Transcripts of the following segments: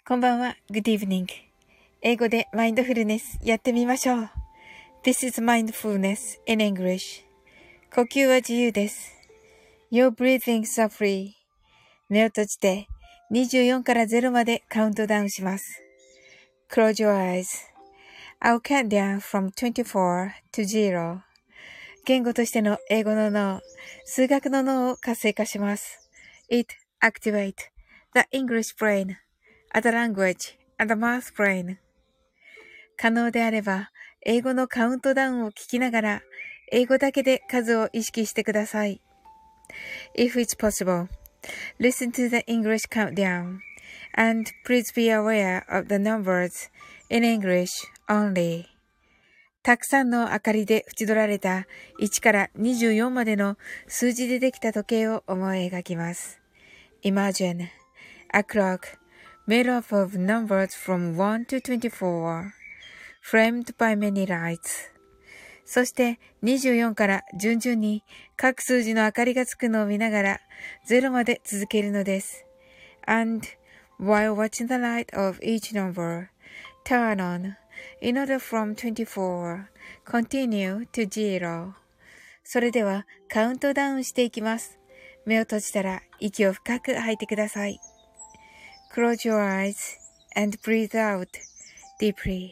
こんばんは。Good evening. 英語でマインドフルネスやってみましょう。This is mindfulness in English. 呼吸は自由です。Your breathings are free. 目を閉じて24から0までカウントダウンします。Close your eyes.I'll count down from 24 to 0. 言語としての英語の脳、数学の脳を活性化します。It activates the English brain, the language, and the math brain. 可能であれば、英語のカウントダウンを聞きながら、英語だけで数を意識してください。If it's possible, listen to the English countdown, and please be aware of the numbers in English only.たくさんの明かりで縁取られた1から24までの数字でできた時計を思い描きます。Imagine a clock made up of numbers from 1 to 24, framed by many lights. そして24から順々に各数字の明かりがつくのを見ながら0まで続けるのです。And while watching the light of each number, turn on.In order from 24, continue to 0. それではカウントダウンしていきます。目を閉じたら息を深く吐いてください。Close your eyes and breathe out deeply.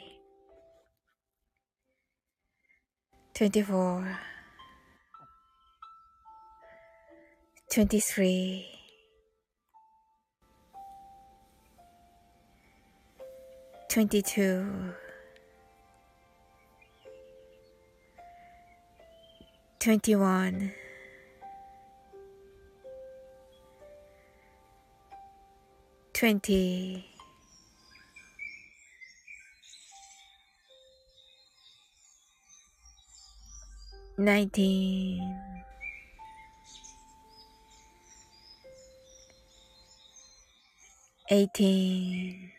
24, 23, 22, 21, 20, 19, 18,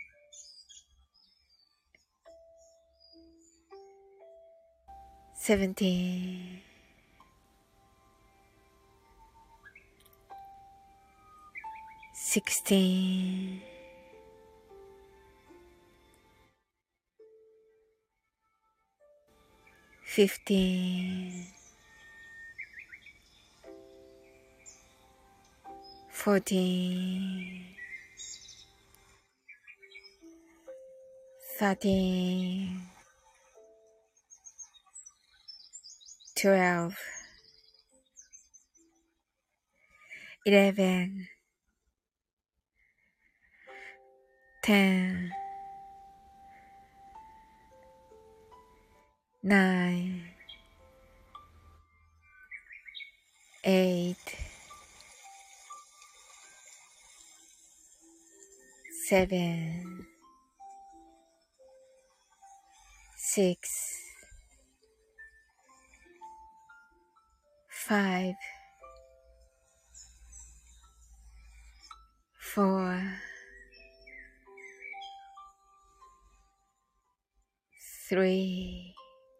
17, 16, 15, 14, 13, 12, 11, 10, 9, 8, 7, 6, 5, 4, 3,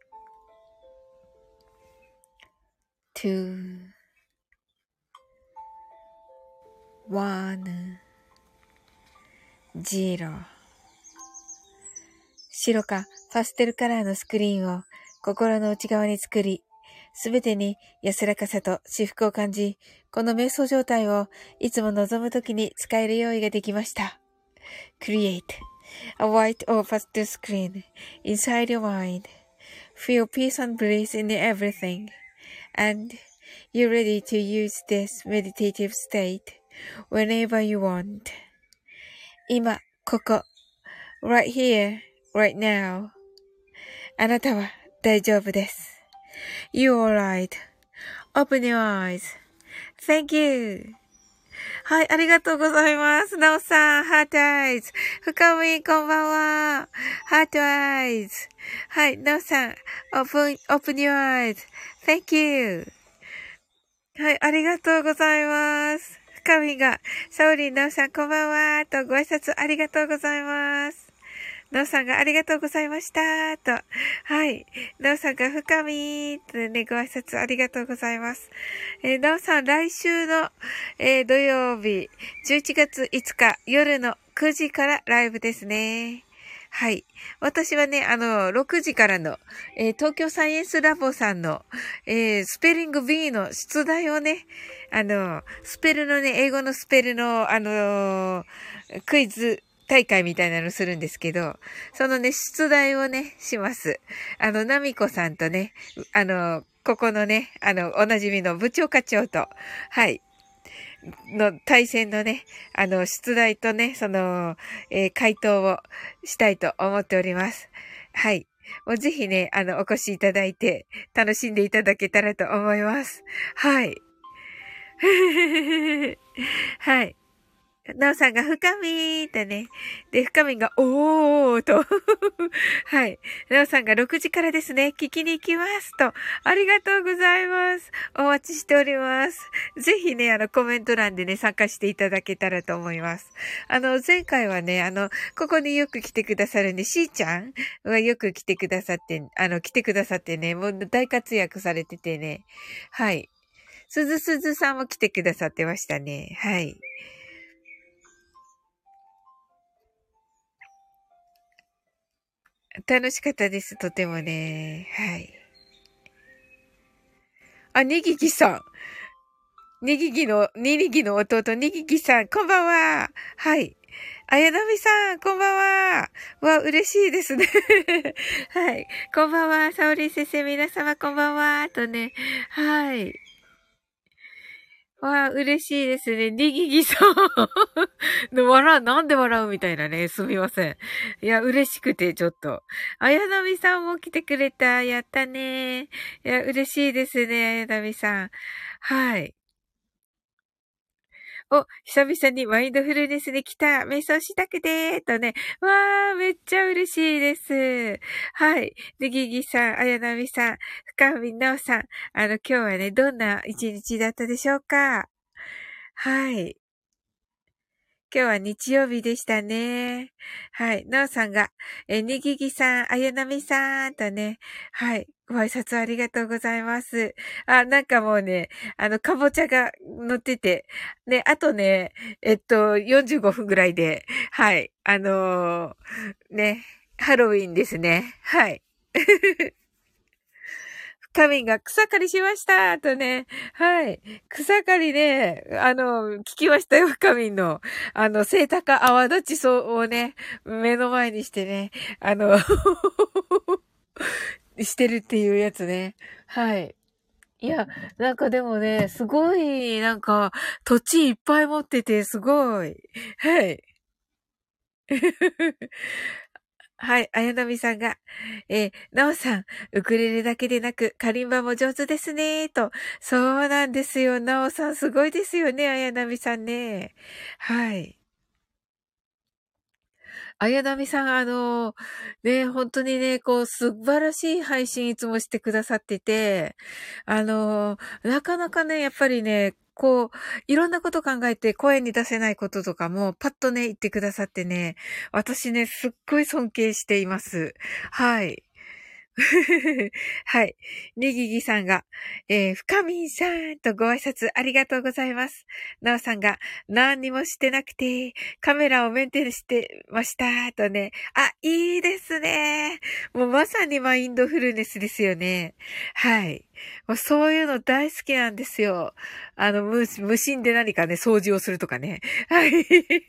2, 1, 0。白かパステルカラーのスクリーンを心の内側に作り、すべてに安らかさと至福を感じ、この瞑想状態をいつも望むときに使える用意ができました。Create a white or pastel screen inside your mind. Feel peace and bliss in everything. And you're ready to use this meditative state whenever you want. 今、ここ、right here, right now. あなたは大丈夫です。You're alright.Open your eyes. Thank you. はい、ありがとうございます。なおさん、ハートアイズ。深み、こんばんは。ハートアイズ。はい、なおさん、open your eyes. Thank you. はい、ありがとうございます。深みが、サオリン、なおさん、こんばんは。とご挨拶ありがとうございます。なおさんがありがとうございました。と。はい。なおさんが深みとね、ご挨拶ありがとうございます。なおさん、来週の、土曜日、11月5日夜の9 9時からライブですね。はい。私はね、6時からの、東京サイエンスラボさんの、スペリング B の出題をね、スペルのね、英語のスペルの、クイズ大会みたいなのするんですけど、そのね、出題をね、します。ナミコさんとね、ここのね、おなじみの部長課長と、はい。の対戦のね、出題とね、回答をしたいと思っております。はい。もうぜひね、お越しいただいて、楽しんでいただけたらと思います。はい。はい。なおさんが深みーとね。で、深みがおーと。はい。なおさんが6時からですね。聞きに行きますと。ありがとうございます。お待ちしております。ぜひね、コメント欄でね、参加していただけたらと思います。前回はね、ここによく来てくださるね、しーちゃんはよく来てくださって、来てくださってね、もう大活躍されててね。はい。すずさんも来てくださってましたね。はい。楽しかったです。とてもね。はい。あ、にぎきさん。にぎきの弟、にぎきさん、こんばんは。はい。あやなみさん、こんばんは。嬉しいですね。はい。こんばんは。サオリン先生、皆様、こんばんは。とね。はい。嬉しいですね。にぎぎさんなんで笑うみたいなね。すみません。いや、嬉しくて、ちょっと。あやなみさんも来てくれた。やったね。いや、嬉しいですね。あやなみさん。はい。久々にマインドフルネスで来た。瞑想したくてとね。めっちゃ嬉しいです。はい。で、ギギさん、あやなみさん、深みなおさん。今日はね、どんな一日だったでしょうか？はい。今日は日曜日でしたね。はい。なおさんが、にぎぎさん、あやなみさんとね。はい。ご挨拶ありがとうございます。なんかもうね、かぼちゃが乗ってて、ね、あとね、45分ぐらいで、はい。ね、ハロウィンですね。はい。カミンが草刈りしましたとね。はい。草刈りね、聞きましたよ、カミンの。セイタカ泡立ち草をね、目の前にしてね、してるっていうやつね。はい。いや、なんかでもね、すごい、なんか、土地いっぱい持ってて、すごい。はい。はい、綾波さんが、なおさん、ウクレレだけでなく、カリンバも上手ですね、と。そうなんですよ。なおさん、すごいですよね、綾波さんね。はい。綾波さん、ね、本当にね、こう、素晴らしい配信いつもしてくださってて、なかなかね、やっぱりね、こう、いろんなこと考えて声に出せないこととかも、パッとね、言ってくださってね、私ね、すっごい尊敬しています。はい。はい。ネギギさんが、深みんさんとご挨拶ありがとうございます。なおさんが、何にもしてなくて、カメラをメンテしてました。とね。いいですね。もうまさにマインドフルネスですよね。はい。もうそういうの大好きなんですよ。無心で何かね、掃除をするとかね。はい。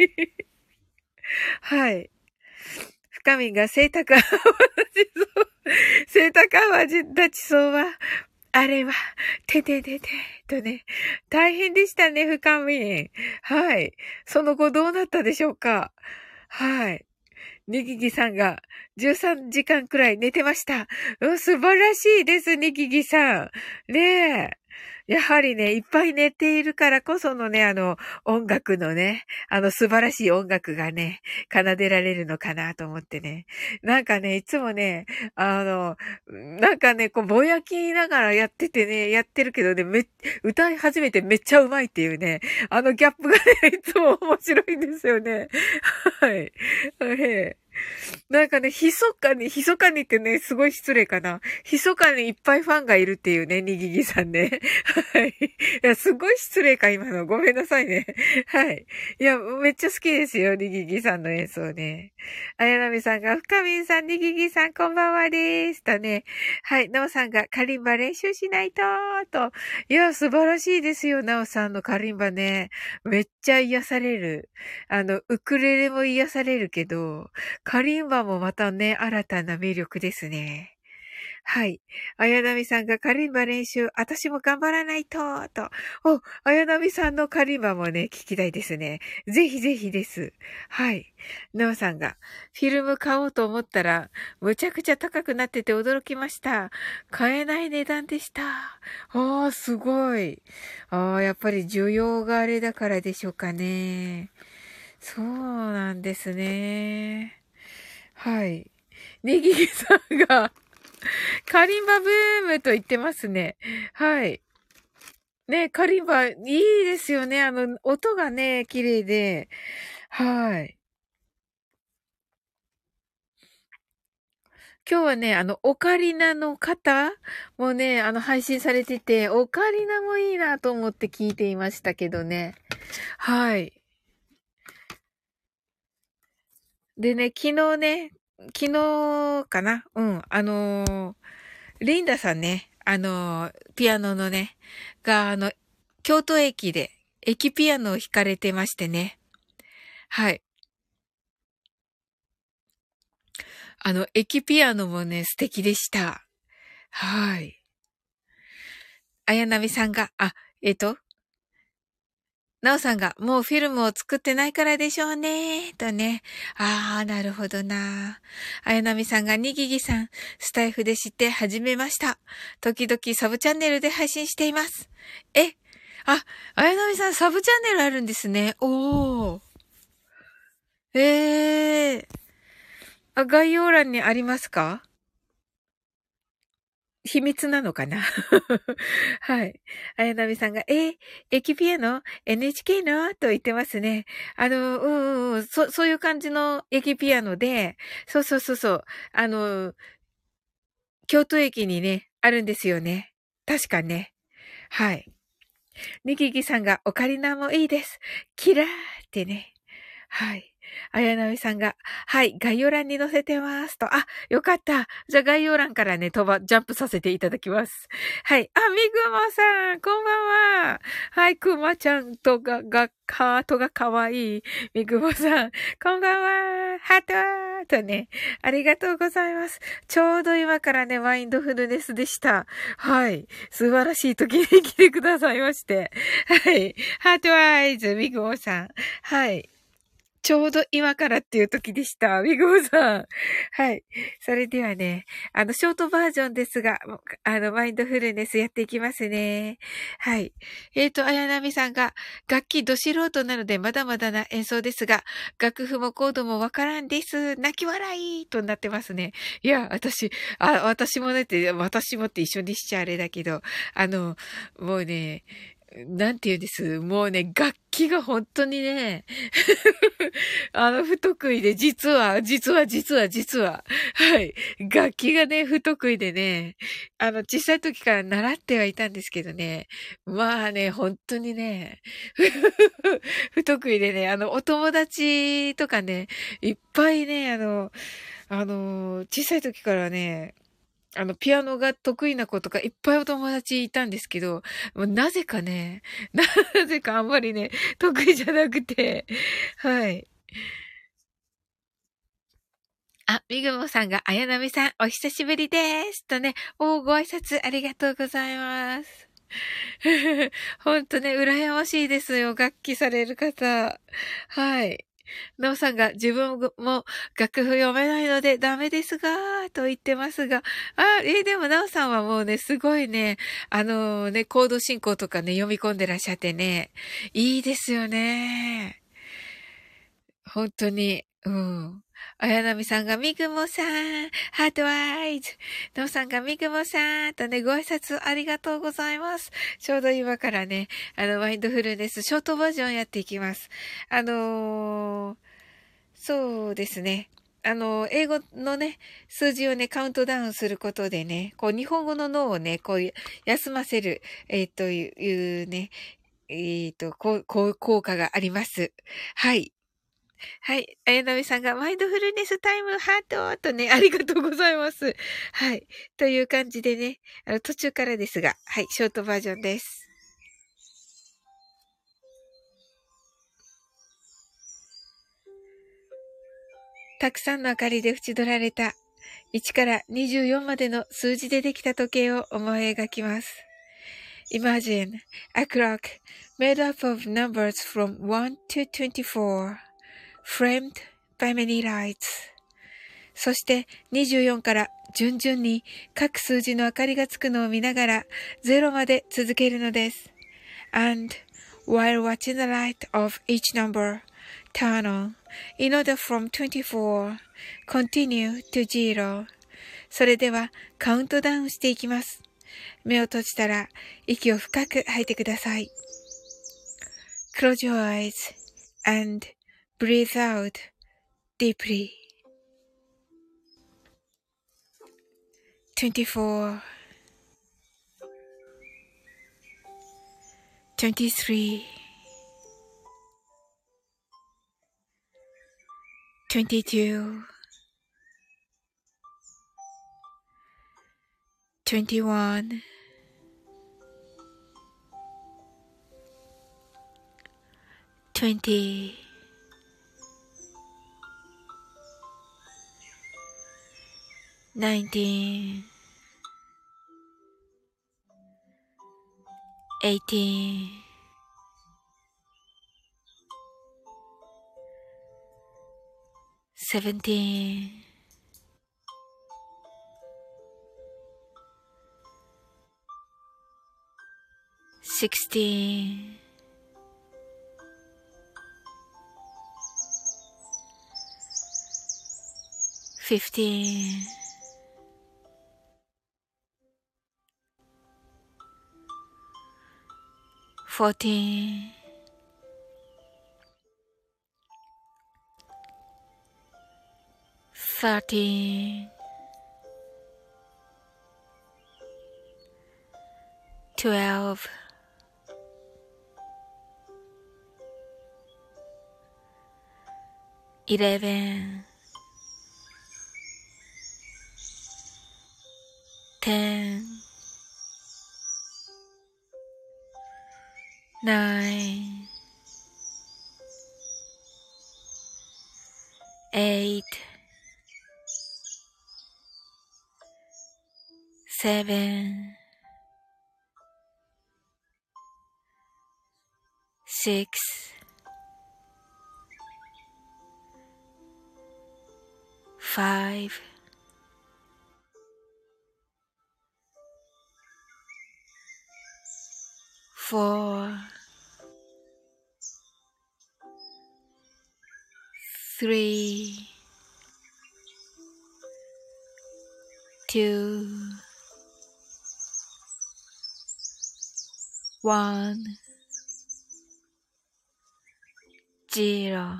はい。深みが清沢淡路清沢淡路立ちそうは、あれは、てててて、とね、大変でしたね、深み。はい。その後どうなったでしょうか？はい。にぎぎさんが13時間くらい寝てました。素晴らしいです、にぎぎさん。ねえ。やはりね、いっぱい寝ているからこそのね、音楽のね、素晴らしい音楽がね、奏でられるのかなと思ってね。なんかね、いつもね、なんかね、こう、ぼやきながらやっててね、やってるけどね、歌い始めてめっちゃうまいっていうね、ギャップがね、いつも面白いんですよね。はい。 なんかね、密かにってね、すごい失礼かな。密かにいっぱいファンがいるっていうね、にぎぎさんね。はい。いや、すごい失礼か、今の。ごめんなさいね。はい。いや、めっちゃ好きですよ、にぎぎさんの演奏ね。あやなみさんが、深みんさん、にぎぎさん、こんばんはです。とね。はい。なおさんが、カリンバ練習しないと、と。いや、素晴らしいですよ、なおさんのカリンバね。めっちゃ癒される。ウクレレも癒されるけど、カリンバもまたね、新たな魅力ですね。はい。綾波さんがカリンバ練習、私も頑張らないと、と。お、綾波さんのカリンバもね、聞きたいですね。ぜひぜひです。はい。なおさんが、フィルム買おうと思ったら、むちゃくちゃ高くなってて驚きました。買えない値段でした。ああ、すごい。ああ、やっぱり需要があれだからでしょうかね。そうなんですね。はい。ネギギさんが、カリンバブームと言ってますね。はい。ね、カリンバ、いいですよね。音がね、綺麗で。はい。今日はね、オカリナの方もね、配信されてて、オカリナもいいなと思って聞いていましたけどね。はい。でね、昨日かなうん、リンダさんね、ピアノのね、が、京都駅で、駅ピアノを弾かれてましてね。はい。駅ピアノもね、素敵でした。はい。綾波さんが、なおさんが、もうフィルムを作ってないからでしょうね、とね。ああ、なるほどな。綾波さんが、にぎぎさん、スタイフで知って始めました。時々サブチャンネルで配信しています。え、あ、綾波さん、サブチャンネルあるんですね。おー。ええー。あ、概要欄にありますか？秘密なのかな。はい。綾波さんが、駅ピアノ ?NHK のと言ってますね。そういう感じの駅ピアノで、そうそうそうそう。京都駅にね、あるんですよね。確かね。はい。ニキキさんが、オカリナもいいです。キラーってね。はい。綾波さんが、はい、概要欄に載せてますと。あ、よかった。じゃあ概要欄からね、ジャンプさせていただきます。はい。あ、みぐもさん、こんばんは。はい、くまちゃんとハートがかわいい。みぐもさん、こんばんは。ハートーとね、ありがとうございます。ちょうど今からね、マインドフルネスでした。はい。素晴らしい時に来てくださいまして。はい。ハートアイズ、みぐもさん。はい。ちょうど今からっていう時でした。ウィグモさん。はい。それではね、ショートバージョンですが、マインドフルネスやっていきますね。はい。綾波さんが、楽器ど素人なのでまだまだな演奏ですが、楽譜もコードもわからんです。泣き笑いとなってますね。いや、私もねって、私もって一緒にしちゃあれだけど、もうね、なんて言うんです。もうね、楽器が本当にね、不得意で、実は。はい。楽器がね、不得意でね、小さい時から習ってはいたんですけどね、まあね、本当にね、不得意でね、お友達とかね、いっぱいね、小さい時からね、ピアノが得意な子とかいっぱいお友達いたんですけど、もうなぜかね、なぜかあんまりね、得意じゃなくて、はい。あ、みぐもさんが、綾波さん、お久しぶりです。とね、ご挨拶ありがとうございます。ほんとね、羨ましいですよ、楽器される方。はい。なおさんが自分も楽譜読めないのでダメですが、と言ってますが、でもなおさんはもうね、すごいね、コード進行とかね、読み込んでらっしゃってね、いいですよね。本当に、うん。綾波さんがみぐもさん、ハートアイズ。なおさんがみぐもさんとね、ご挨拶ありがとうございます。ちょうど今からね、マインドフルネス、ショートバージョンやっていきます。そうですね。 英語のね、数字をね、カウントダウンすることでね、こう、日本語の脳をね、こう、休ませる、いうね、効果があります。はい。はい。綾波さんがマインドフルネスタイムハートとね、ありがとうございます。はい。という感じでね、途中からですが、はい、ショートバージョンです。たくさんの明かりで縁取られた1から24までの数字でできた時計を思い描きます。Imagine a clock made up of numbers from 1 to 24, framed by many lights. そして24から順々に各数字の明かりがつくのを見ながら0まで続けるのです。And while watching the light of each number turn on, in order from 24, continue to 0. それではカウントダウンしていきます。目を閉じたら息を深く吐いてください。Close your eyes and breathe out deeply. 24, 23, 22, 21, 20, 19, 18, 17, 16, 15, 14, 13, 12, 11, 10, 9, 8, 7, 6, 5, 4, 3, 2, 1, 0.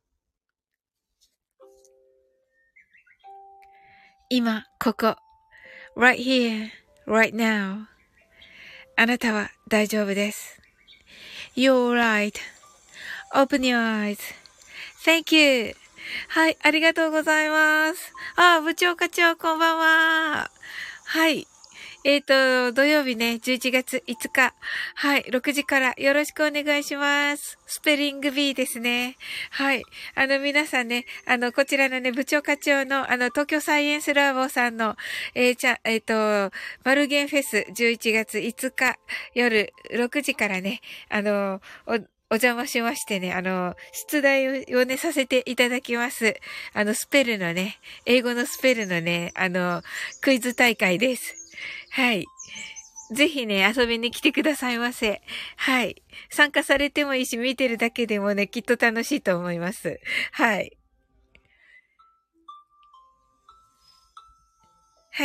今、ここ。right here, right now. あなたは大丈夫です。You're right.Open your eyes.Thank you. はい、ありがとうございます。部長課長、こんばんは。はい。土曜日ね、11月5日。はい、6時からよろしくお願いします。スペリング B ですね。はい。皆さんね、こちらのね、部長課長の、東京サイエンスラボさんの、マルゲンフェス11月5日夜6時からね、お邪魔しましてね、出題をね、させていただきます。スペルのね、英語のスペルのね、クイズ大会です。はい。ぜひね、遊びに来てくださいませ。はい。参加されてもいいし、見てるだけでもね、きっと楽しいと思います。はい。はい。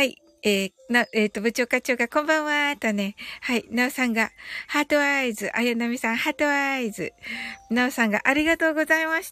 部長課長がこんばんは、とね。はい。なおさんが、ハートアイズ。あやなみさん、ハートアイズ。なおさんが、ありがとうございました、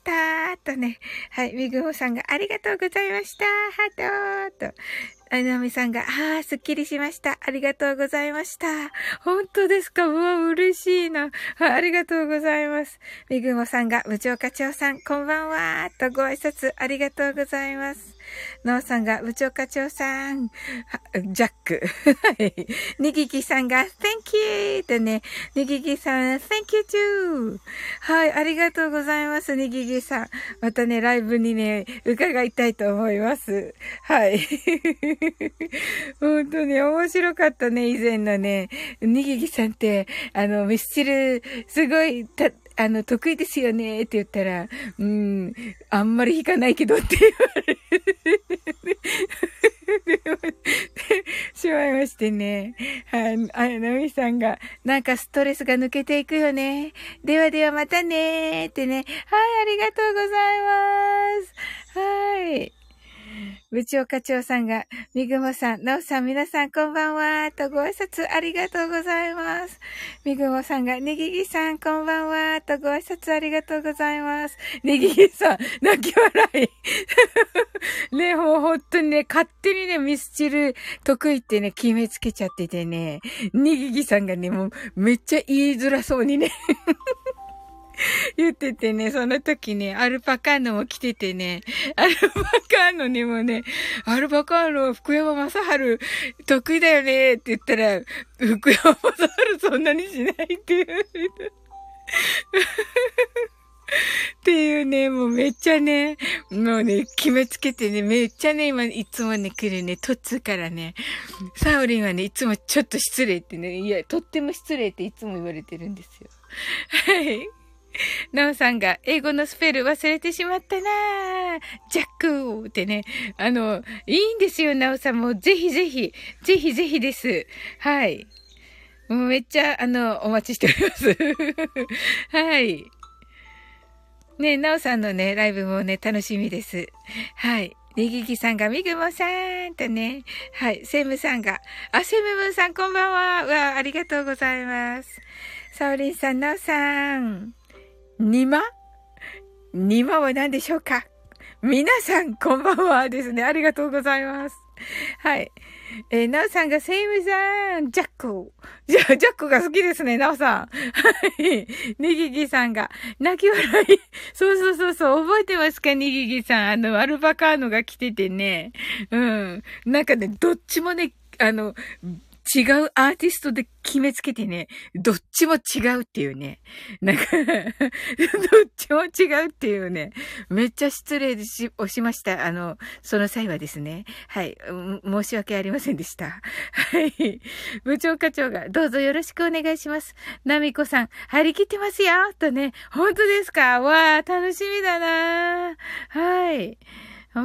とね。はい。みぐもさんが、ありがとうございました、ハート、と。あやなみさんが、すっきりしました。ありがとうございました。本当ですか？うわ、嬉しいな。はい、ありがとうございます。みぐもさんが、部長課長さん、こんばんは、とご挨拶ありがとうございます。なおさんが、部長課長さん、ジャック。はい。にぎきさんが、Thank you! とね、にぎきさん、Thank you too! はい、ありがとうございます、にぎきさん。またね、ライブにね、伺いたいと思います。はい。本当に面白かったね、以前のね。にぎきさんって、ミスチル、すごい、得意ですよねって言ったら、あんまり弾かないけどって言われしまいましてね。はい。なみさんが、なんかストレスが抜けていくよね。ではではまたねーってね。はい、ありがとうございます。はい。部長課長さんが、みぐもさん、なおさん、皆さんこんばんは、とご挨拶ありがとうございます。みぐもさんが、ねぎぎさん、こんばんは、とご挨拶ありがとうございます。ねぎぎさん、泣き笑い。ね、もう本当にね、勝手にね、ミスチル得意ってね、決めつけちゃっててね、ねぎぎさんがね、もうめっちゃ言いづらそうにね、言っててね、その時ね、アルパカーノも来ててね、アルパカーノにもね、アルパカーノ、福山雅治、得意だよねって言ったら、福山雅治そんなにしないっていう。っていうね、もうめっちゃね、もうね、決めつけてね、めっちゃね、今、いつもね、来るね、トッツーからね、サオリンはね、いつもちょっと失礼ってね、いや、とっても失礼っていつも言われてるんですよ。はい。なおさんが、英語のスペル忘れてしまったなぁ。ジャックってね。いいんですよ、なおさん。もうぜひぜひ、ぜひぜひです。はい。もうめっちゃ、お待ちしております。はい。ね、なおさんのね、ライブもね、楽しみです。はい。ねぎきさんが、みぐもさんとね。はい。セムさんが、セムムーさんこんばんは。ありがとうございます。サオリンさん、なおさん。にまは何でしょうか？皆さん、こんばんはですね。ありがとうございます。はい。なおさんが、セイムさん、ジャック。ジャックが好きですね、なおさん。はい。にぎぎさんが、泣き笑い。そう、覚えてますか、にぎぎさん。アルバカーノが来ててね。うん。なんかね、どっちもね、違うアーティストで決めつけてね、どっちも違うっていうね。なんかどっちも違うっていうね。めっちゃ失礼をしました。その際はですね。はい。申し訳ありませんでした。はい。部長課長が、どうぞよろしくお願いします。なみこさん、張り切ってますよとね。本当ですか？わー、楽しみだなはい。うん。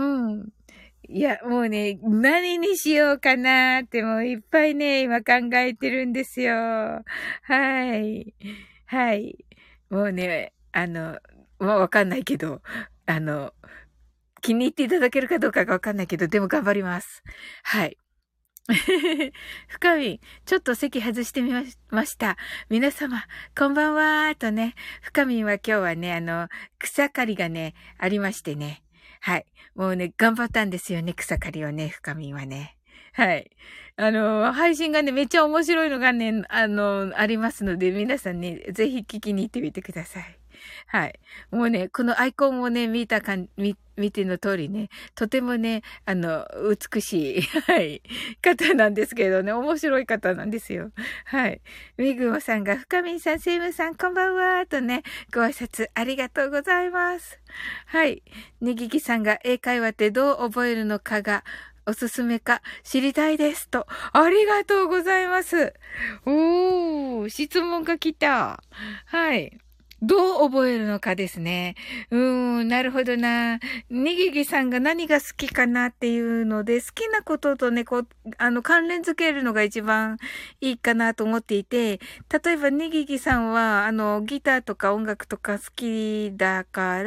いや、もうね、何にしようかなーってもういっぱいね、今考えてるんですよ。はい。はい。もうね、わかんないけど、あの、気に入っていただけるかどうかがわかんないけど、でも頑張ります。はい。深み、ちょっと席外してみました。皆様、こんばんはーとね、深みは今日はね、草刈りがね、ありましてね。はい。もうね、頑張ったんですよね、草刈りをね、深みはね。はい。配信がね、めっちゃ面白いのがね、ありますので、皆さんね、ぜひ聞きに行ってみてください。はい。もうね、このアイコンをね、見ての通りね、とてもね、美しい、はい、方なんですけどね、面白い方なんですよ。はい。めぐおさんが、深みんさん、セイムさん、こんばんは、とね、ご挨拶ありがとうございます。はい。ねぎきさんが、英会話ってどう覚えるのかが、おすすめか知りたいですと。ありがとうございます。質問が来た。はい。どう覚えるのかですね。なるほどな。にぎぎさんが何が好きかなっていうので、好きなこととね、関連づけるのが一番いいかなと思っていて、例えばにぎぎさんは、ギターとか音楽とか好きだから、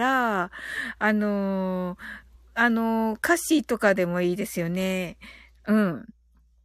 歌詞とかでもいいですよね。うん。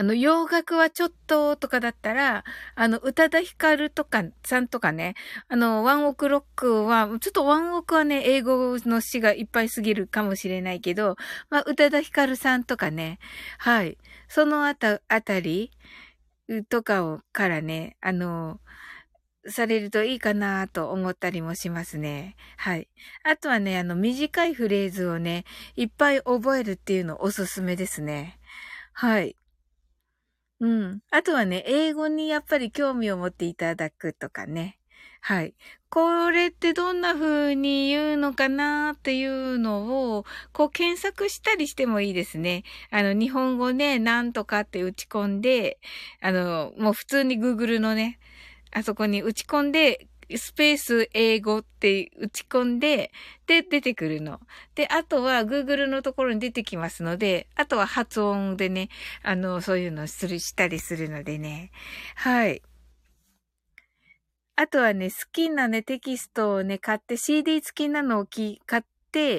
洋楽はちょっととかだったら、宇多田ヒカルとか、さんとかね、ワンオクロックは、ちょっとワンオクはね、英語の詩がいっぱいすぎるかもしれないけど、まあ、宇多田ヒカルさんとかね、はい。そのあたりとかからね、されるといいかなと思ったりもしますね。はい。あとはね、短いフレーズをね、いっぱい覚えるっていうのおすすめですね。はい。うん。あとはね、英語にやっぱり興味を持っていただくとかね。はい。これってどんな風に言うのかなっていうのを、こう検索したりしてもいいですね。日本語ね、なんとかって打ち込んで、もう普通に Google のね、あそこに打ち込んで、スペース英語って打ち込んで、で、出てくるの。で、あとは Google のところに出てきますので、あとは発音でね、そういうのしたりするのでね。はい。あとはね、好きなね、テキストをね、買って、CD 付きなのを買って、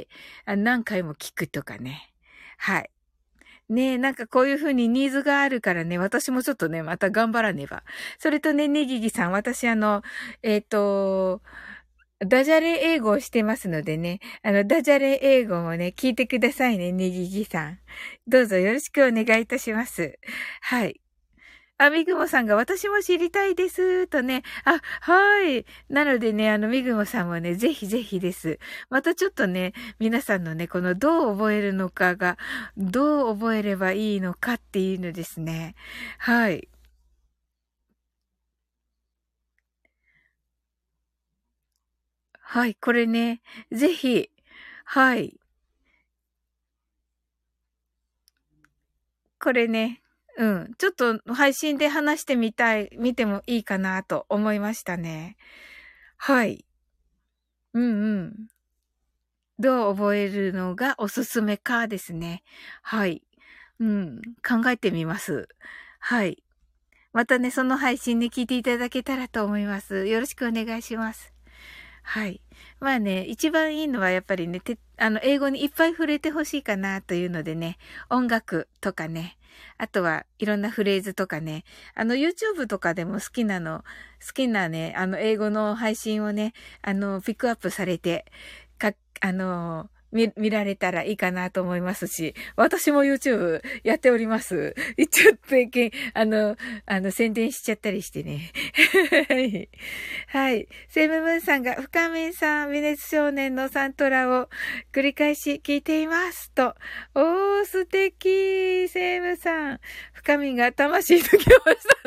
何回も聞くとかね。はい。ねえ、なんかこういう風にニーズがあるからね、私もちょっとね、また頑張らねば。それとね、ネギギさん、私えっ、と、ダジャレ英語をしてますのでね、ダジャレ英語もね、聞いてくださいね、ネギギさん。どうぞよろしくお願いいたします。はい。みぐもさんが私も知りたいです、とね。はい。なのでね、みぐもさんもね、ぜひぜひです。またちょっとね、皆さんのね、このどう覚えるのかが、どう覚えればいいのかっていうのですね。はい。はい。これね、ぜひ、はい。これね、うん。ちょっと配信で話して見てもいいかなと思いましたね。はい。うんうん。どう覚えるのがおすすめかですね。はい。うん。考えてみます。はい。またね、その配信で聞いていただけたらと思います。よろしくお願いします。はい。まあね、一番いいのはやっぱりね、英語にいっぱい触れてほしいかなというのでね、音楽とかね、あとはいろんなフレーズとかね、YouTube とかでも好きなね、英語の配信をね、ピックアップされて、見られたらいいかなと思いますし、私も YouTube やっております。一応、宣伝しちゃったりしてね。はい。はい。セムムーンさんが、深めさん、微熱少年のサントラを繰り返し聞いています。と。おー、素敵。セムさん。深みが魂抜けました。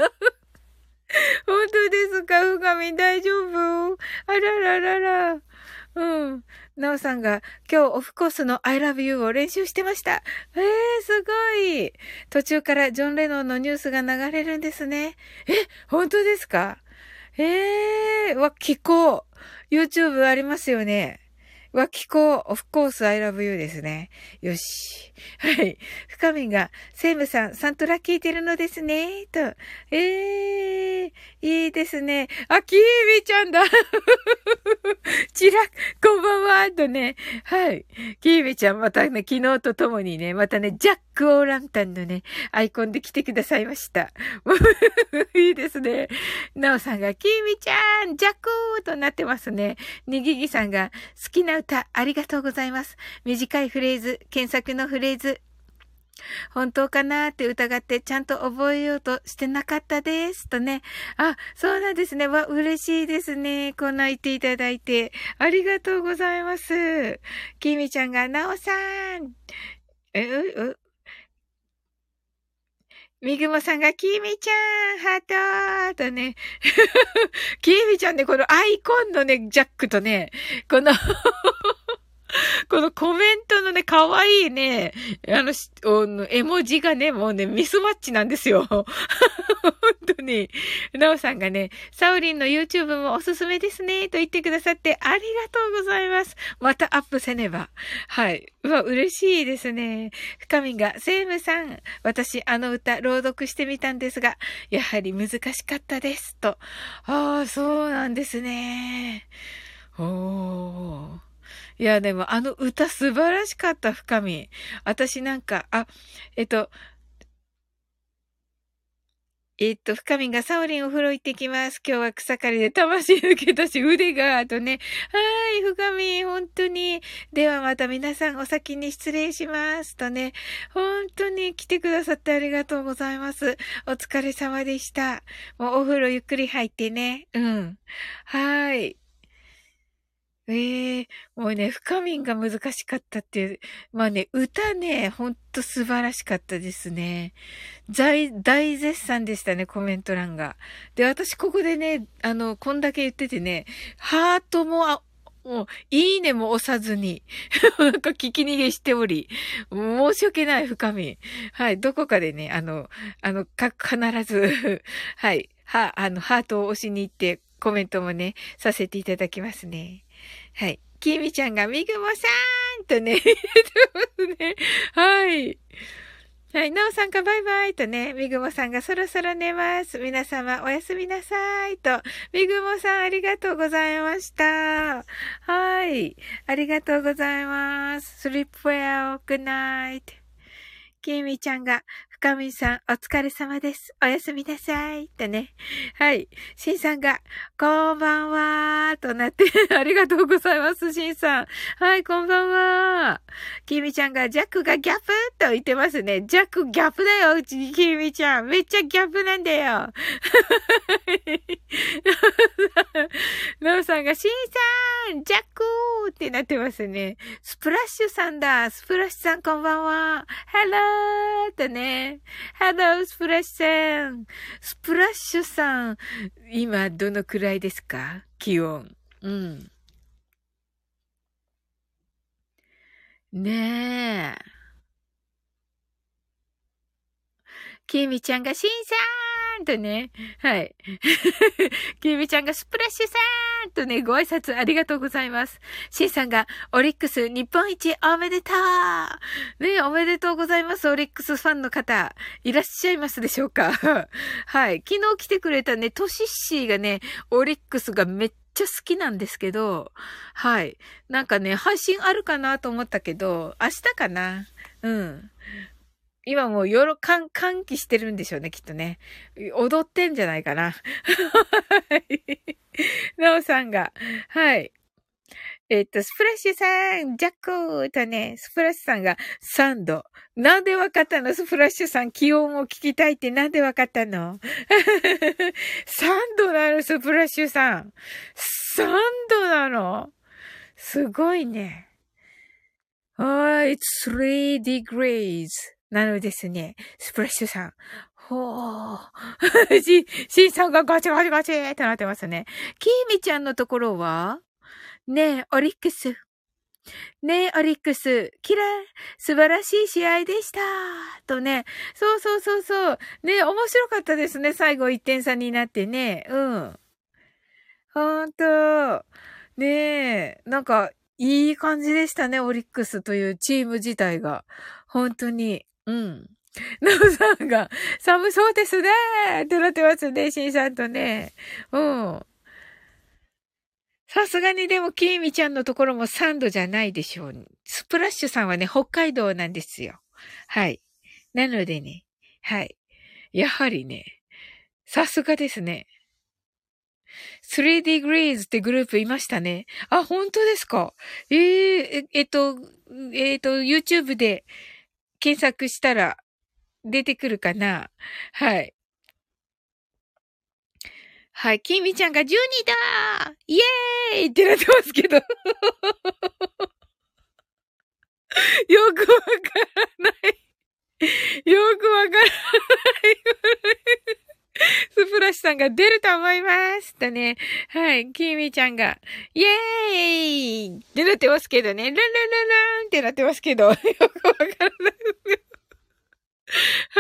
本当ですか？深み大丈夫？あらららら。うん。なおさんが、今日オフコースの I love you を練習してました。すごい。途中からジョン・レノンのニュースが流れるんですね。本当ですか？聞こう。YouTube ありますよね。聞こう。オフコース I love you ですね。よし。はい。深みが、セイムさん、サントラ聞いてるのですね。と。いいですね。キービちゃんだ。こんばんは。とね。はい。キービちゃん、またね、昨日とともにね、またね、ジャック・オー・ランタンのね、アイコンで来てくださいました。いいですね。なおさんが、キービちゃん、ジャックとなってますね。にぎぎさんが、好きな歌、ありがとうございます。短いフレーズ、検索のフレーズ、本当かなって疑ってちゃんと覚えようとしてなかったです。とね。そうなんですね。嬉しいですね。こんな言っていただいて。ありがとうございます。きみちゃんが、なおさん。みぐもさんが、きみちゃん、ハートとね。きみちゃんね、このアイコンのね、ジャックとね、このこのコメントのね、可愛いね、絵文字がね、もうね、ミスマッチなんですよ。本当に。なおさんがね、サオリンの YouTube もおすすめですね、と言ってくださってありがとうございます。またアップせねば。はい。嬉しいですね。深みが、セイムさん、私、あの歌、朗読してみたんですが、やはり難しかったです。と。そうなんですね。おー。いや、でもあの歌素晴らしかった、深み。私なんか、えっと、 深みがサオリンお風呂行ってきます。今日は草刈りで魂抜けたし、腕が、とね。はい、深み、本当に。ではまた皆さんお先に失礼します。とね。本当に来てくださってありがとうございます。お疲れ様でした。もうお風呂ゆっくり入ってね。うん。はい。ええもうね、深みんが難しかったっていう。まあね、歌ね、ほんと素晴らしかったですね。大絶賛でしたね、コメント欄が。で、私ここでね、こんだけ言っててね、ハートも、もう、いいねも押さずに、なんか聞き逃げしており、申し訳ない深み。はい、どこかでね、必ず、はい、ハートを押しに行って、コメントもね、させていただきますね。はい。きみちゃんがみぐもさーんとね、言ってますね。はい。はい。なおさんがバイバイとね、みぐもさんがそろそろ寝ます。皆様おやすみなさいと。みぐもさんありがとうございました。はい。ありがとうございます。sleep well, good night. きみちゃんが、深みさん、お疲れ様です。おやすみなさい。とね。はい。しんさんが、こんばんは。となって、ありがとうございます、しんさん。はい、こんばんは。きみちゃんが、ジャックがギャップと言ってますね。ジャックギャップだよ、きみちゃん。めっちゃギャップなんだよ。なおさんが、しんさん、ジャックーってなってますね。スプラッシュさんだ。スプラッシュさんこんばんは。Hello とね。Hello スプラッシュさん。スプラッシュさん、今どのくらいですか？気温。うん。ねえ。きみちゃんがしんさーんとね。はい。きみちゃんがスプラッシュさーんとね、ご挨拶ありがとうございます。しんさんがオリックス日本一おめでとうね、おめでとうございます。オリックスファンの方。いらっしゃいますでしょうか？はい。昨日来てくれたね、トシッシーがね、オリックスがめっちゃ好きなんですけど、はい。なんかね、配信あるかなと思ったけど、明日かな？うん。今もう歓喜してるんでしょうね、きっとね。踊ってんじゃないかな。はい。なおさんが、はい。スプラッシュさん、ジャックとね、スプラッシュさんが3度。なんでわかったの？スプラッシュさん、気温を聞きたいってなんでわかったの？ 3 度なの、スプラッシュさん。3度なの？すごいね。it's 3 degrees なのですね。スプラッシュさん。ほー。シンさんがガチガチガチってなってますね。キーミちゃんのところはねえ、オリックス。ねえ、オリックス。キラー。素晴らしい試合でした。とね。そうそうそうそう。ねえ、面白かったですね。最後1点差になってね。うん。ほんと。ねえ、なんか、いい感じでしたね、オリックスというチーム自体が。本当に。うん。ナオさんが、寒そうですねってなってますね、シンさんとね。うん。さすがにでも、キーミちゃんのところも3度じゃないでしょう。スプラッシュさんはね、北海道なんですよ。はい。なのでね、はい。やはりね、さすがですね。3 degrees ってグループいましたね。あ、本当ですか？YouTube で検索したら出てくるかな？はい。はい。きみちゃんが12だイエーイってなってますけど。よくわからない。よくわからない。スプラッシュさんが出ると思いますとね。はい。キーミーちゃんが、イエーイってなってますけどね。ランランランランってなってますけど。よくわからない。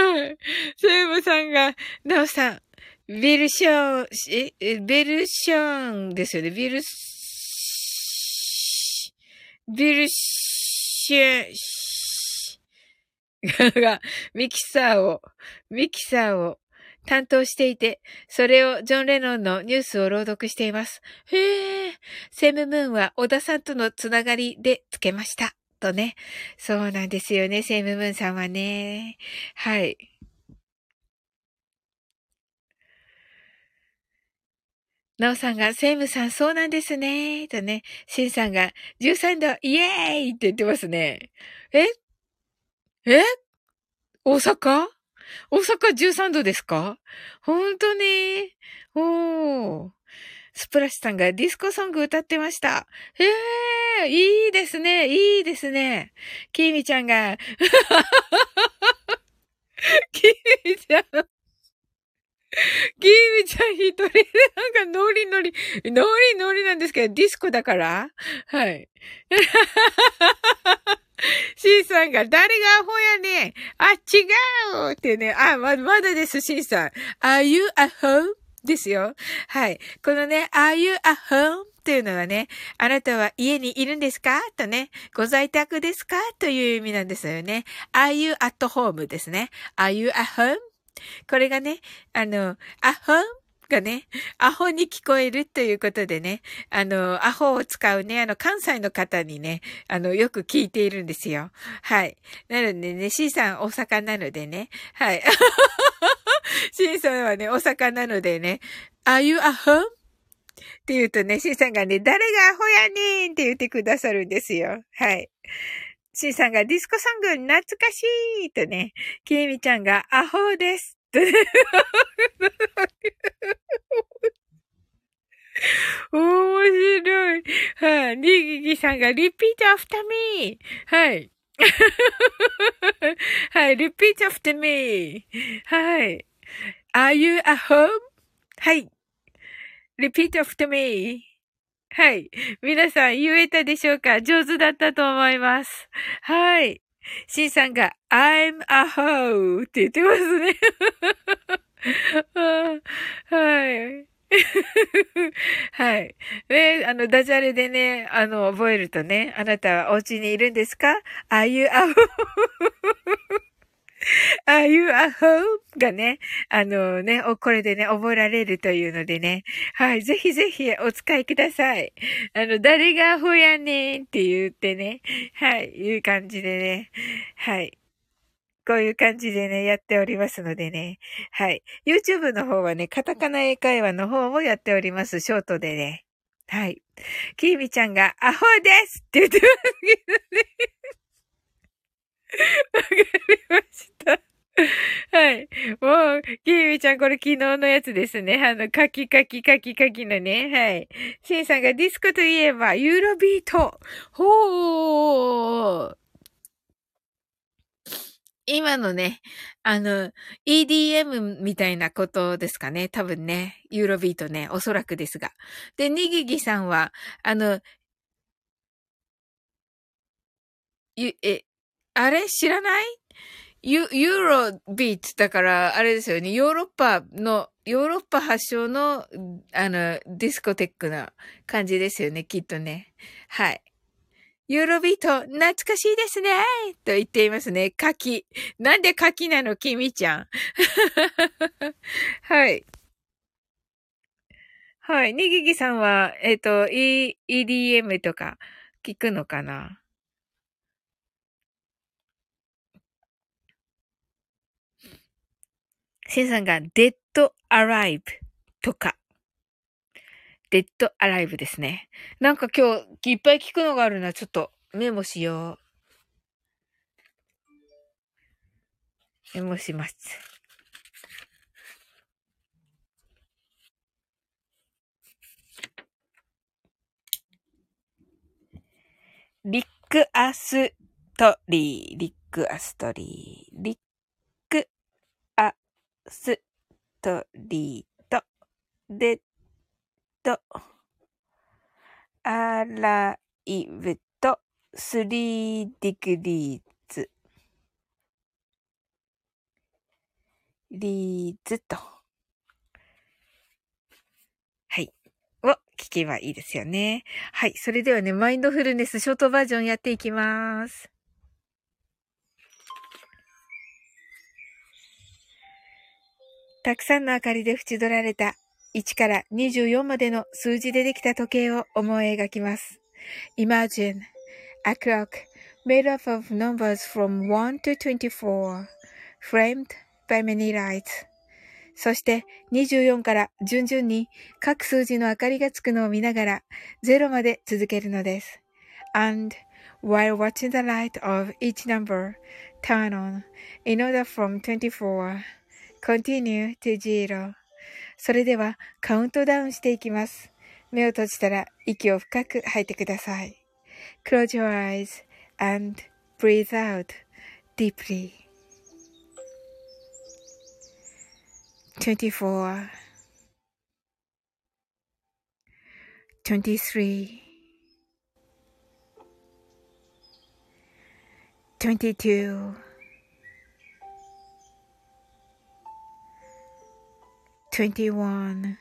はい。セイムさんが、ナオさん、ベルション、ベルションですよね。ベルション、が、ミキサーを担当していて、それをジョン・レノンのニュースを朗読しています。へえ、セムムーンは小田さんとのつながりでつけました。とね。そうなんですよね、セムムーンさんはね。はい。 なおさんが、セイムさん、そうなんですね。とね、シンさんが、13度、イエーイって言ってますね。ええ大阪大阪13度ですか？本当に？おー。スプラッシュさんがディスコソング歌ってました。いいですね、いいですね。キミちゃんが、キミちゃん、キミちゃん一人でなんかノリノリ、ノリノリなんですけど、ディスコだからはい。シンさんが、誰がアホやねん。あ、違うってね。まだです、シンさん。Are you at home? ですよ。はい。このね、Are you at home? っていうのはね、あなたは家にいるんですかとね、ご在宅ですかという意味なんですよね。Are you at home? ですね。Are you at home? これがね、at home? がね、アホに聞こえるということでね、アホを使うね、関西の方にね、よく聞いているんですよ。はい。なのでね、C さん大阪なのでね、はい。C さんはね、大阪なのでね、Are you at home? って言うとね、C さんがね、誰がアホやねんって言ってくださるんですよ。はい。C さんがディスコソング懐かしいとね、きえみちゃんがアホです。面白い。はい。リギギさんがリピートアフターミー。はい。はい。リピートアフターミー。はい。Are you at home? はい。リピートアフターミー。はい。皆さん言えたでしょうか？上手だったと思います。はい。シンさんが I'm a hoe って言ってますね。はい。はい。ね、ダジャレでね、覚えるとね、あなたはお家にいるんですか？ Are you at Are you at home? がね、これでね、覚えられるというのでね。はい。ぜひぜひお使いください。誰がアホやねんって言ってね。はい。いう感じでね。はい。こういう感じでね、やっておりますのでね。はい。YouTube の方はね、カタカナ英会話の方もやっております。ショートでね。はい。きーみちゃんが、アホですって言ってますけどね。わかりました。はい。もう、きーみちゃん、これ昨日のやつですね。カキのね。はい。シンさんがディスコといえば、ユーロビート。ほー。今のね、EDM みたいなことですかね。多分ね。ユーロビートね。おそらくですが。で、にぎぎさんは、あれ知らない？ユーロビーツだから、あれですよね。ヨーロッパ発祥の、ディスコテックな感じですよね。きっとね。はい。ユーロビート、懐かしいですねと言っていますね。柿。なんで柿なの、キミちゃん。はい。はい。にぎぎさんは、EDM とか聞くのかな？シンさんが、デッドアライブとか、デッドアライブですね。なんか今日、いっぱい聞くのがあるな。ちょっと、メモしよう。メモします。リックアストリー。リックアストリー。リックアストリーと、デッドアライブと、3ディグリーズ。リーズと。はい。を聞けばいいですよね。はい。それではね、マインドフルネスショートバージョンやっていきます。たくさんの明かりで縁取られた1から24までの数字でできた時計を思い描きます。Imagine a clock made up of numbers from 1 to 24, framed by many lights. そして24から順々に各数字の明かりがつくのを見ながら0まで続けるのです。And while watching the light of each number turn on in order from 24, continue to 0. それではカウントダウンしていきます。目を閉じたら息を深く吐いてください。Close your eyes and breathe out deeply. 24, 23, 22, 21,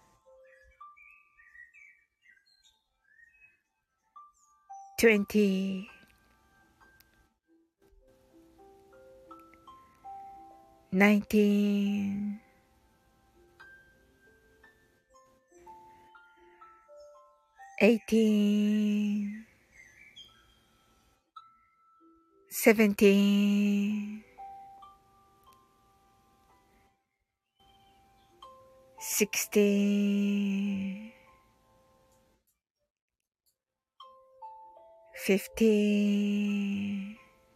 20, 19, 18, 17, 16, 15,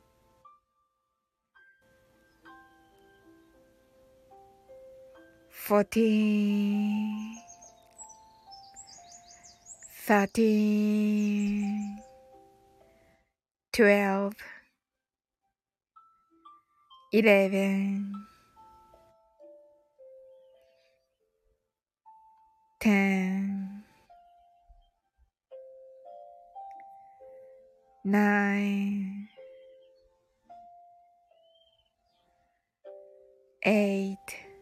14, 13, 12, 11, 10, 9, 8,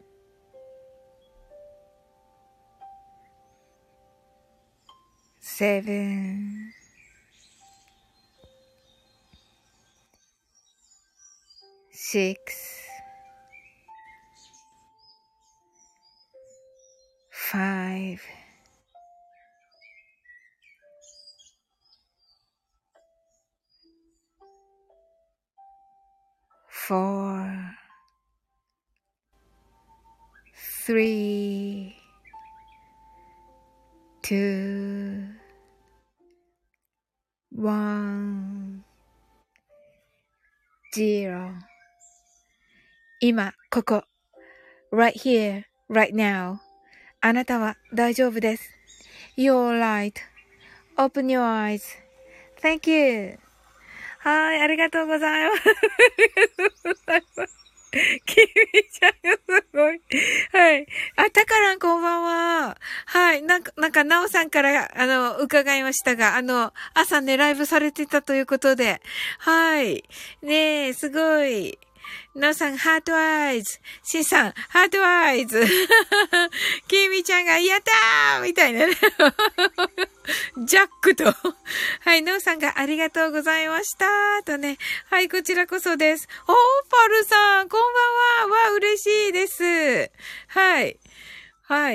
7, 6, 5, 4, 3, 2, 1, 0. 今、ここ。right here, right now. あなたは大丈夫です。You're right.Open your eyes. Thank you. はい、ありがとうございます。ありがとうございます。きみちゃんがすごい。はい。あ、たからんこんばんは。はい。なんか、なおさんから、伺いましたが、朝ね、ライブされてたということで。はい。ねえ、すごい。なおさん、ハートアイズ。しんさん、ハートアイズ。きみちゃんが、やったーみたいなね。ジャックと。はい、なおさんがありがとうございました。とね。はい、こちらこそです。パルさん、こんばんは。わ、嬉しいです。はい。はい。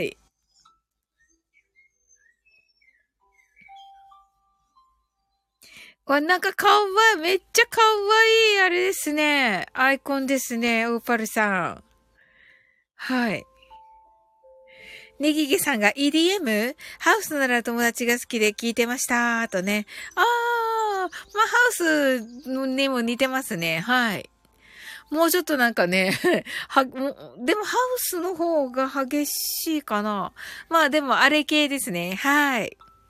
なんかかわいい、めっちゃかわいい、あれですね。アイコンですね、オーパルさん。はい。ネギゲさんが EDM? ハウスなら友達が好きで聞いてました。とね。まあ、ハウスにも似てますね。はい。もうちょっとなんかね、でもハウスの方が激しいかな。まあでもあれ系ですね。はい。うん。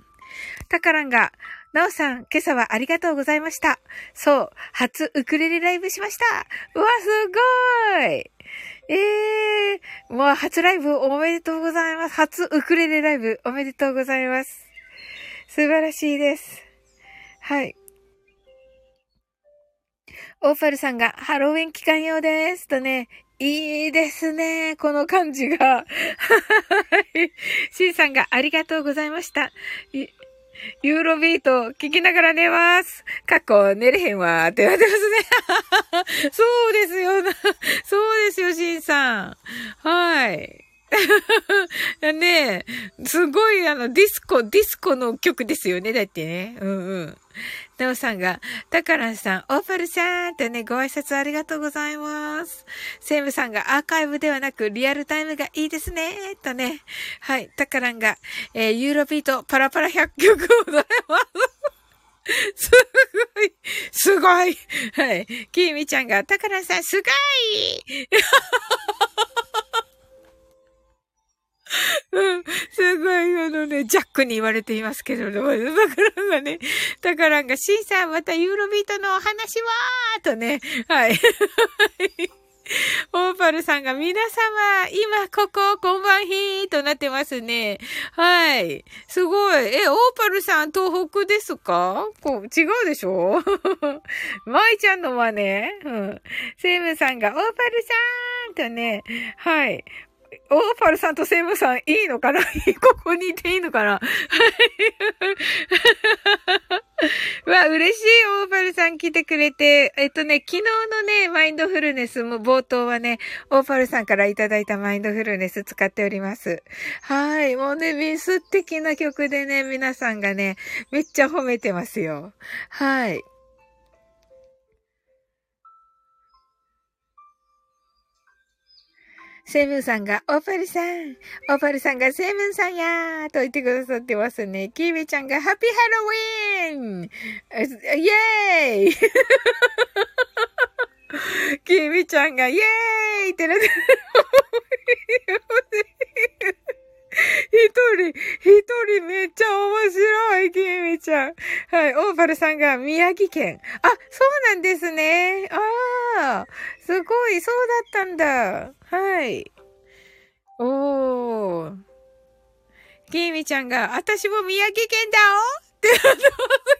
タカランが、ナオさん、今朝はありがとうございました。そう、初ウクレレライブしました。うわ、すごい。もう初ライブおめでとうございます。初ウクレレライブおめでとうございます。素晴らしいです。はい。オーパルさんがハロウィン期間用です。とね、いいですね。この感じが。はい。シンさんがありがとうございました。ユーロビート聞きながら寝ます。寝れへんわーって言われてますね。そうですよ。そうですよ、シンさん。はい。 ねえ、すごいディスコの曲ですよね。だってね。うんうん。なおさんが、タカランさん、オーパルさんとね、ご挨拶ありがとうございます。セイムさんがアーカイブではなくリアルタイムがいいですね。とね。はい。タカランが、ユーロビートパラパラ100曲を踊れます。すごい。すごい。はい。キーミちゃんが、タカランさん、すごいうん、すごい、ジャックに言われていますけど、だからがね、だからが、シンさん、またユーロビートのお話はとね、はい。オーパルさんが、皆様、今、ここ、こんばんひとなってますね。はい。すごい。オーパルさん、東北ですか違うでしょ舞ちゃんのはね、うん。セムさんが、オーパルさんとね、はい。オーパルさんとセムさんいいのかなここにいていいのかなわ、嬉しい、オーパルさん来てくれて。昨日のね、マインドフルネスも冒頭はね、オーパルさんからいただいたマインドフルネス使っております。はい。もうね、素敵な曲でね、皆さんがね、めっちゃ褒めてますよ。はい。セムンさんが、オーパルさん。オーパルさんが、セムンさんやーと言ってくださってますね。キーミちゃんが、ハッピーハロウィーンイェーイキーミちゃんが、イェーイってなって一人めっちゃ面白い、キーミちゃん。はい、オーパルさんが宮城県。あ、そうなんですね。ああ、すごい、そうだったんだ。はい。おー。キーミちゃんが、私も宮城県だおってなって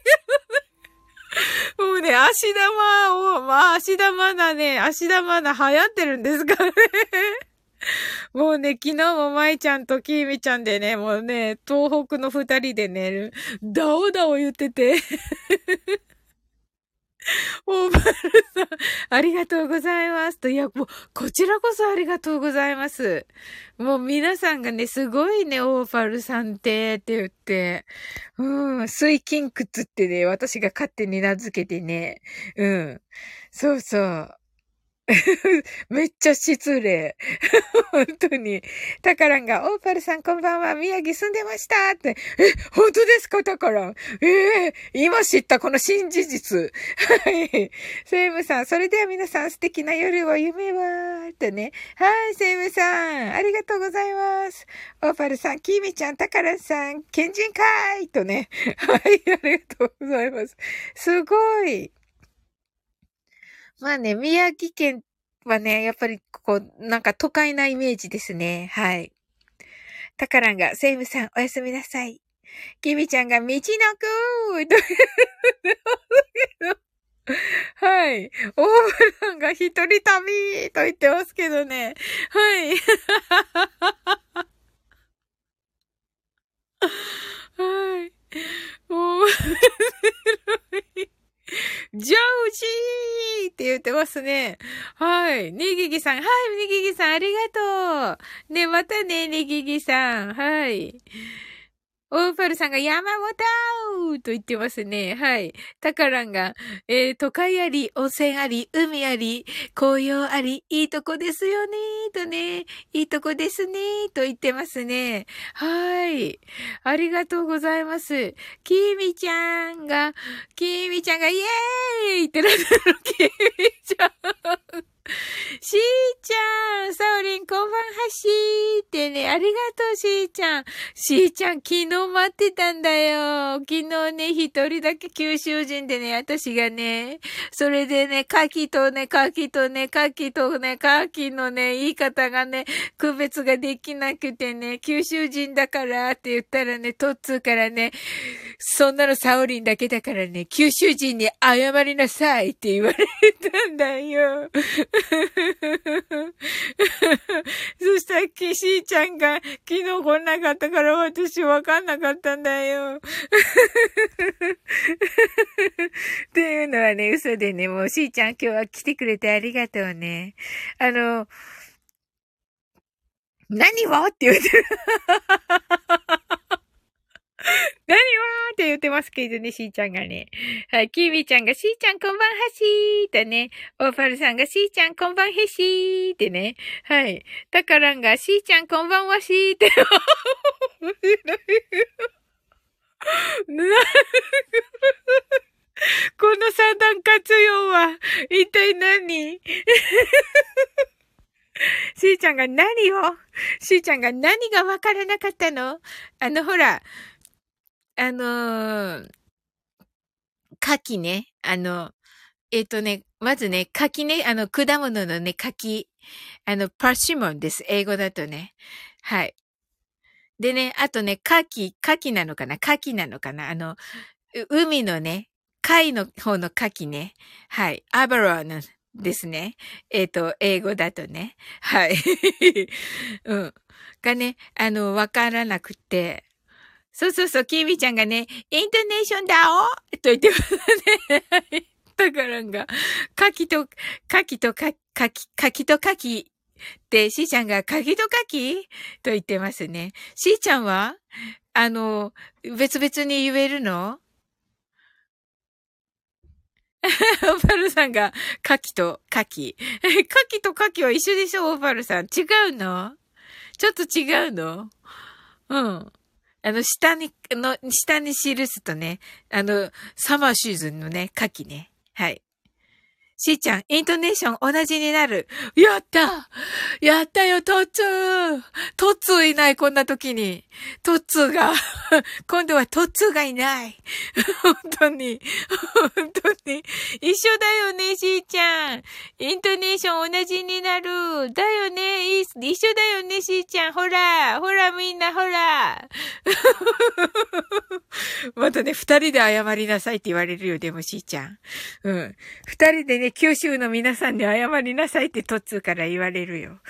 もうね、足玉だね、足玉だ流行ってるんですからね。もうね、昨日も舞ちゃんときーみちゃんでね、もうね、東北の二人でね、ダオダオ言ってて、オーバルさん、ありがとうございますと。いや、もう、こちらこそありがとうございます。もう皆さんがね、すごいね、オーパルさんって言って、水金窟ってね、私が勝手に名付けてね、うん。そうそう。めっちゃ失礼。本当に。タカランが、オーパルさんこんばんは、宮城住んでましたって。本当ですか、タカラン。今知ったこの新事実。はい。セイムさん、それでは皆さん素敵な夜を夢は、とね。はい、セイムさん、ありがとうございます。オーパルさん、キーミちゃん、タカランさん、賢人かーいとね。はい、ありがとうございます。すごい。まあね、宮城県はね、やっぱりなんか都会なイメージですね。はい。タカランが、セイムさん、おやすみなさい。キミちゃんが、道のくーとはい。オーバーさんが一人旅と言ってますけどね。はい。はい。面白い。ジョージーって言ってますね。はい。にぎぎさん。はい、にぎぎさん、ありがとう。ね、またね、にぎぎさん。はい。オーパルさんが山本と言ってますね。はい。タカランが、都会あり、温泉あり、海あり、紅葉あり、いいとこですよね、とね、いいとこですね、と言ってますね。はい。ありがとうございます。キーミちゃんがイエーイってなってる、キーミちゃん。しーちゃん、サオリン、こんばんはしーってね、ありがとう、しーちゃん。しーちゃん、昨日待ってたんだよ。昨日ね、一人だけ九州人でね、私がね、それでね、カキのね、のね、言い方がね、区別ができなくてね、九州人だからって言ったらね、トッツーからね、そんなのサオリンだけだからね、九州人に謝りなさいって言われたんだよ。そしたらキシーちゃんが昨日来なかったから私わかんなかったんだよ。っていうのはね、嘘でね、もうしーちゃん今日は来てくれてありがとうね。 何をって言ってる。何わーって言ってますけどね、しーちゃんがね。はい、きみちゃんが、しーちゃんこんばんはしーってね。オーパルさんが、しーちゃんこんばんへしーってね。はい。たからんが、しーちゃんこんばんはしーって。この三段活用は、一体何しーちゃんが何をしーちゃんが何がわからなかったのほら、牡蠣ね。まずね、柿ね、果物のね、柿。パーシモンです。英語だとね。はい。でね、あとね、牡蠣なのかな海のね、貝の方の牡蠣ね。はい。アバロンですね。英語だとね。はい。うん。がね、わからなくて。そうそうそう、キーミちゃんがね、イントネーションだおと言ってますね。はい。だからが、牡蠣と牡蠣で、しーちゃんが牡蠣と牡蠣と言ってますね。しーちゃんは別々に言えるのオパルさんが、牡蠣と牡蠣。牡蠣と牡蠣は一緒でしょ、オパルさん。違うのちょっと違うのうん。下に記すとね、サマーシーズンのね、牡蠣ね。はい。しーちゃん、イントネーション同じになる。やったやったよ、トッツートッツーいない、こんな時に。トッツーが、今度はトッツーがいない。本当に、本当に。一緒だよね、しーちゃん。イントネーション同じになる。だよね、一緒だよね、しーちゃん。ほら、ほらみんな、ほら。またね、二人で謝りなさいって言われるよ、でもしーちゃん。うん。二人でね、九州の皆さんに謝りなさいってトッツーから言われるよ。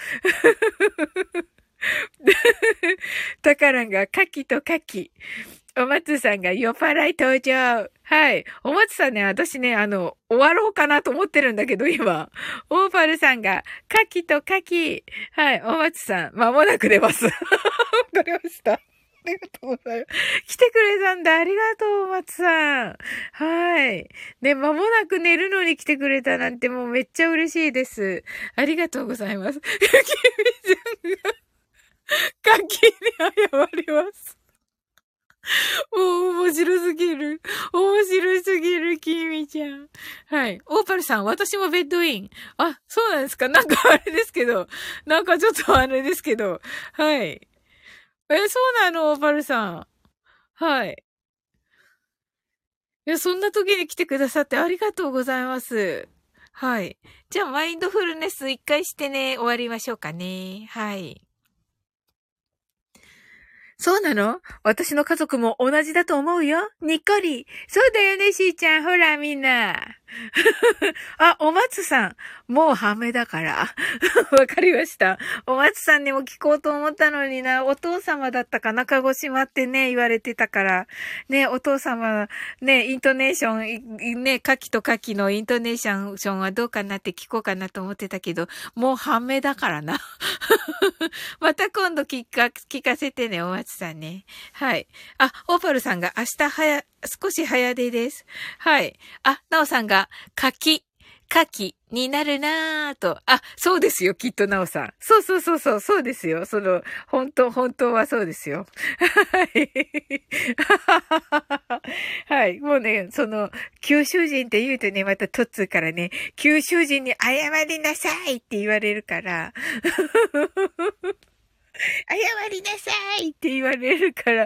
タカランが、牡蠣と牡蠣。お松さんが酔っ払い登場。はい。お松さんね、私ね、終わろうかなと思ってるんだけど、今。オーパルさんが、牡蠣と牡蠣。はい。お松さん、間もなく出ます。わかりました。ありがとうございます。来てくれたんだ。ありがとう、松さん。はい。ね、間もなく寝るのに来てくれたなんてもうめっちゃ嬉しいです。ありがとうございます。キミちゃんが、牡蠣に謝ります。もう面白すぎる。面白すぎる、キミちゃん。はい。オーパルさん、私もベッドイン。あ、そうなんですか。なんかあれですけど。なんかちょっとあれですけど。はい。そうなの、オーパルさん。はい。いや、そんな時に来てくださってありがとうございます。はい。じゃあ、マインドフルネス一回してね、終わりましょうかね。はい。そうなの私の家族も同じだと思うよ。にっこり。そうだよね、しーちゃん。ほら、みんな。あ、お松さん。もうハメだから。わかりました。お松さんにも聞こうと思ったのにな。お父様だったかな、鹿児島ってね、言われてたから。ね、お父様、ね、イントネーション、ね、牡蠣と牡蠣のイントネーションはどうかなって聞こうかなと思ってたけど、もうハメだからな。また今度聞かせてね、お松さんね。はい。あ、オーパルさんが明日少し早出です。はい。あ、ナオさんが、牡蠣になるなぁと。あ、そうですよ、きっとナオさん。そうですよ。本当はそうですよ。はい。はい。もうね、九州人って言うとね、またトッツーからね、九州人に謝りなさいって言われるから、謝りなさいって言われるから、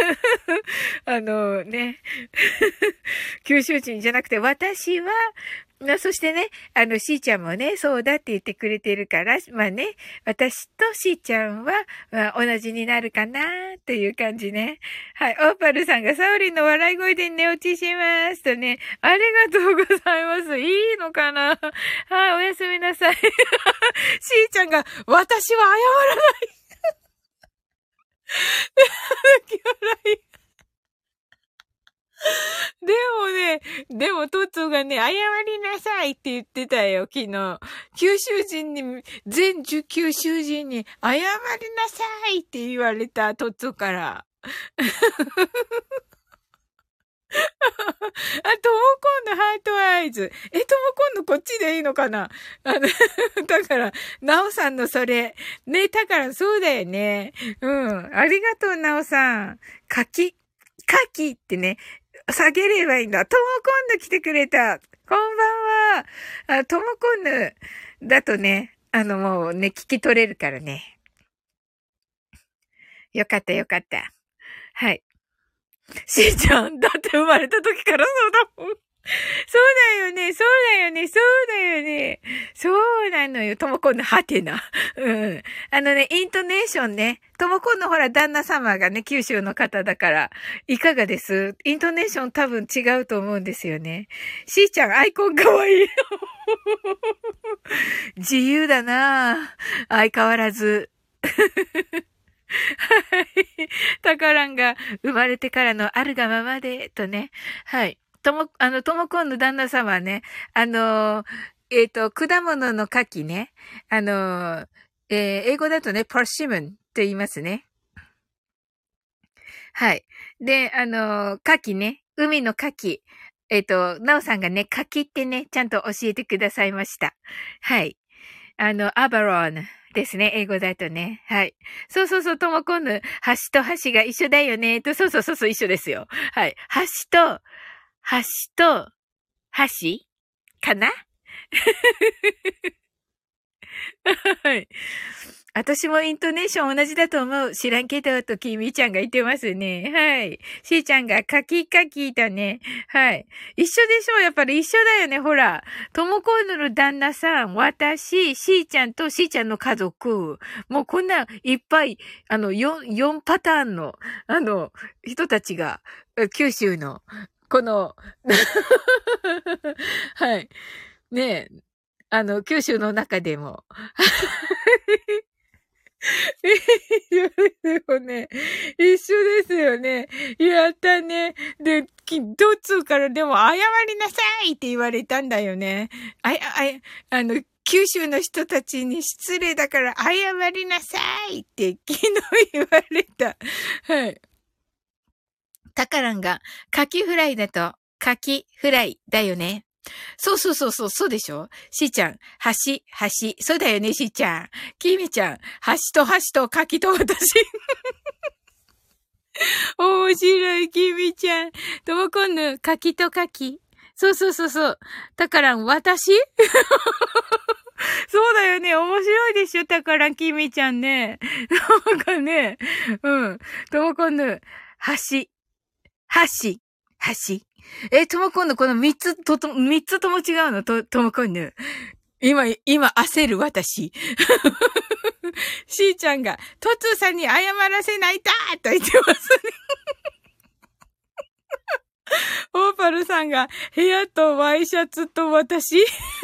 ね、九州人じゃなくて、私は、そしてね、しーちゃんもね、そうだって言ってくれてるから、まあね、私としーちゃんは、まあ、同じになるかなっていう感じね。はい、オーパルさんがサオリンの笑い声で寝落ちしますとね、ありがとうございます。いいのかなはい、おやすみなさい。しーちゃんが、私は謝らない。泣き笑い。 でもね、でもトッツーがね、謝りなさいって言ってたよ、昨日。九州人に、全九州人に、謝りなさいって言われた、トッツーから。あ、ともこんのハートアイズ。ともこんのこっちでいいのかなだから、なおさんのそれ。ね、だからそうだよね。うん。ありがとう、なおさん。かきってね、下げればいいんだ。ともこんぬ来てくれた。こんばんは。ともこんぬだとね、もうね、聞き取れるからね。よかった、よかった。はい。しーちゃん、だって生まれた時からそうだもん。そうだよね、そうだよね、そうだよね。そうなのよ、ともこんのハテナ。うん。イントネーションね。ともこんのほら、旦那様がね、九州の方だから、いかがです？イントネーション多分違うと思うんですよね。しーちゃん、アイコンかわいい。自由だなぁ。相変わらず。はい。タカランが生まれてからのあるがままで、とね。はい。ともこんの旦那様はね、果物の柿ね。英語だとね、persimmon と言いますね。はい。で、柿ね。海の柿。なおさんがね、柿ってね、ちゃんと教えてくださいました。はい。アバロンですね。英語だとね。はい。そうそうそう、ともこんぬ。橋と橋が一緒だよね。そうそうそう、一緒ですよ。はい。橋と、橋かなはい。私もイントネーション同じだと思う。知らんけど、ときみちゃんが言ってますね。はい。しーちゃんがカキカキだね。はい。一緒でしょ？やっぱり一緒だよね。ほら。ともこんぬの旦那さん、私、しーちゃんとしーちゃんの家族。もうこんないっぱい、4パターンの、人たちが、九州の、この、はい。ねえ、九州の中でも。一緒ですよね。一緒ですよね。やったね。で、どつからでも謝りなさいって言われたんだよね。九州の人たちに失礼だから謝りなさいって昨日言われた。はい。タカランが、カキフライだと、カキフライだよね。そうそうそうそう、そうでしょ？しーちゃん、橋。そうだよね、しーちゃん。きみちゃん、橋と柿と私。面白い、きみちゃん。ともこんぬ、柿と柿。そうそうそうそう。だから、私そうだよね。面白いでしょ、だから、きみちゃんね。なんかね、うん。ともこんぬ、橋。ともこんぬ、この三つとも違うのともこんぬ。今焦る私。しーちゃんが、トツーさんに謝らせないと言ってますね。オーパルさんが、部屋とワイシャツと私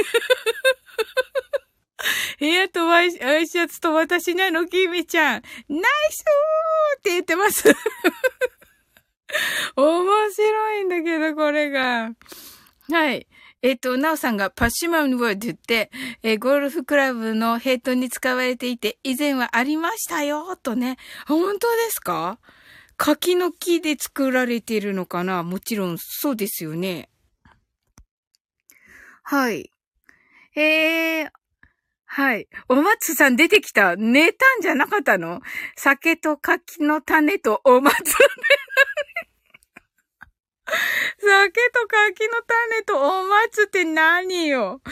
部屋とワイシャツと私なの、きみちゃん。ナイスーって言ってます。面白いんだけど、これが。はい。なおさんがパッシマンワードって、ゴルフクラブのヘッドに使われていて、以前はありましたよ、とね。本当ですか？柿の木で作られているのかな？もちろん、そうですよね。はい。はい。お松さん出てきた。寝たんじゃなかったの？酒と柿の種とお松。酒と柿の種とお松って何よ。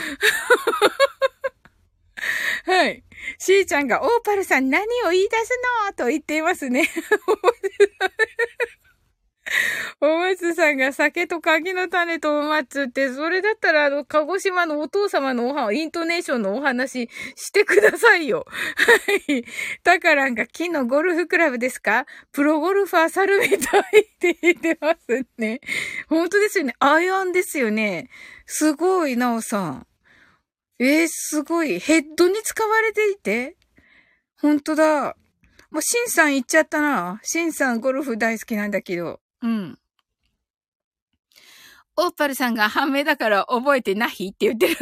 はい。しーちゃんが、オーパルさん何を言い出すのと言っていますね。お松さんが酒と柿の種とお松って、それだったら鹿児島のお父様のイントネーションのお話してくださいよ。はい。タカランが木のゴルフクラブですか？プロゴルファー猿みたいって言ってますね。本当ですよね。アイアンですよね。すごい、なおさん。すごい。ヘッドに使われていて？本当だ。もう、シンさん行っちゃったな。シンさんゴルフ大好きなんだけど。うん。 オーパルさんが判明だから覚えてないって言ってる。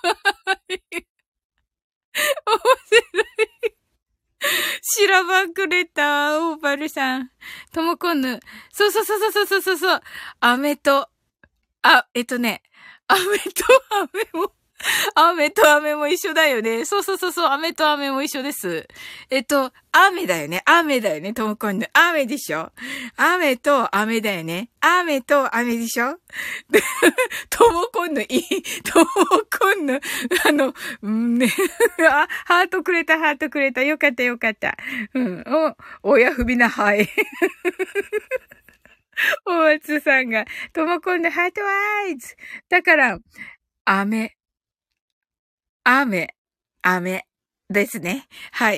面白い。知らばんくれた、オーパルさん。ともこんぬ。そうそうそうそうそうそうそう。飴と、飴と飴も、飴と飴も一緒だよね。そうそうそうそう、飴と飴も一緒です。雨だよね。雨だよね、ともこんぬ。雨でしょ。雨と飴だよね。雨と飴でしょ。で、ともこんぬ、ともこんぬ、ね、ハートくれた、ハートくれた。よかった、よかった。うん、親不備な、はい。お松さんが、ともこんぬ、ハートアイズ。だから、雨、雨ですね。はい。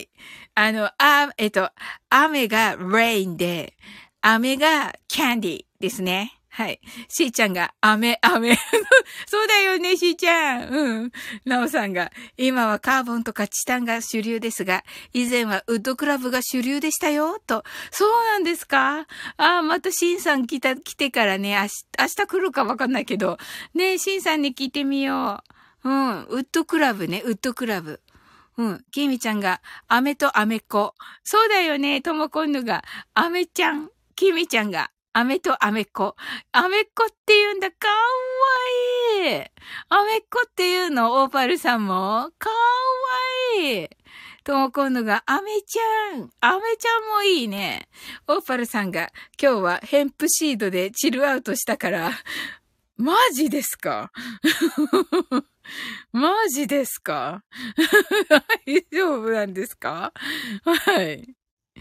雨が rain で、雨が candy ですね。はい。しーちゃんが、雨。そうだよね、しーちゃん。うん。なおさんが、今はカーボンとかチタンが主流ですが、以前はウッドクラブが主流でしたよ、と。そうなんですか？またしんさん来てからね、明日来るかわかんないけど、ね、しんさんに聞いてみよう。うん。ウッドクラブね、ウッドクラブ。うん。きみちゃんが、飴と飴っ子。そうだよね、ともこんぬが。飴ちゃん。きみちゃんが、飴と飴っ子。飴っ子って言うんだ。かわいい。飴っ子っていうの、オーパルさんも。かわいい。ともこんぬが、飴ちゃん。飴ちゃんもいいね。オーパルさんが、今日はヘンプシードでチルアウトしたから、マジですか？マジですか？大丈夫なんですか？はい。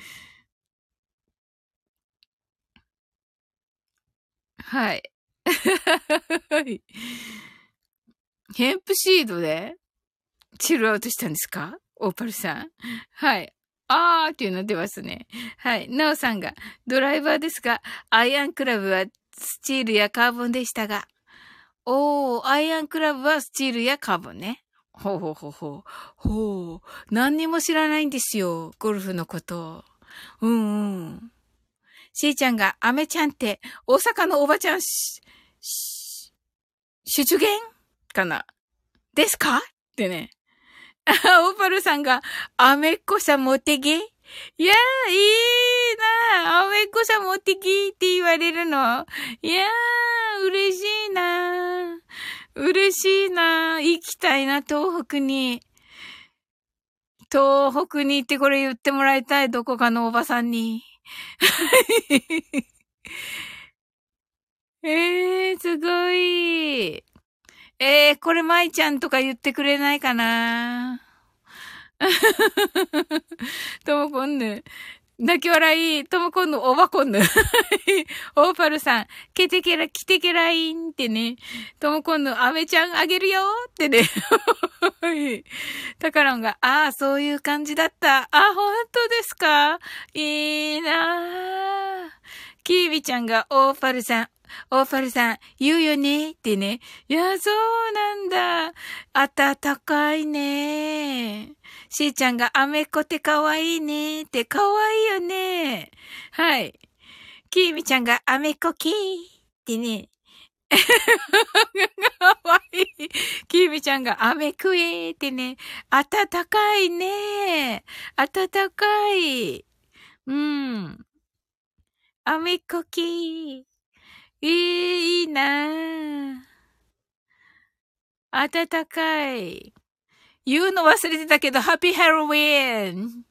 はい。はい。ヘンプシードでチルアウトしたんですか？オーパルさん。はい。あーっていうの出ますね。はい。ナオさんが、ドライバーですが、アイアンクラブはスチールやカーボンでしたが、アイアンクラブはスチールやカーボンね。ほうほうほうほう。ほう。何にも知らないんですよ。ゴルフのこと。うんうん。しーちゃんが、アメちゃんって、大阪のおばちゃん出現かなですかってね。オーパルさんが、アメっこさ持ってけいやー、いいなー。アメっこさ持ってけって言われるの。いやー、嬉しいなー。嬉しいなー。行きたいな、東北に。東北に行ってこれ言ってもらいたい。どこかのおばさんに。すごい。これ舞ちゃんとか言ってくれないかな。ともこんぬ。泣き笑い、ともこんぬ、おばこんぬ。オーパルさん、来てけらいんってね。ともこんぬ、アメちゃんあげるよってね。タカロンが、そういう感じだった。本当ですか？いいなぁ。キービちゃんが、オーパルさん、言うよねってね。いや、そうなんだ。暖かいね。しーちゃんが、アメっ子って可愛いねって、可愛いよね。はい。きーみちゃんが、アメっ子キーってね。可愛い。きーみちゃんが、アメ食えってね。暖かいね。暖かい。うん。アメっ子キー。いいなぁ。暖かい。言うの忘れてたけど、ハッピーハロウィーン。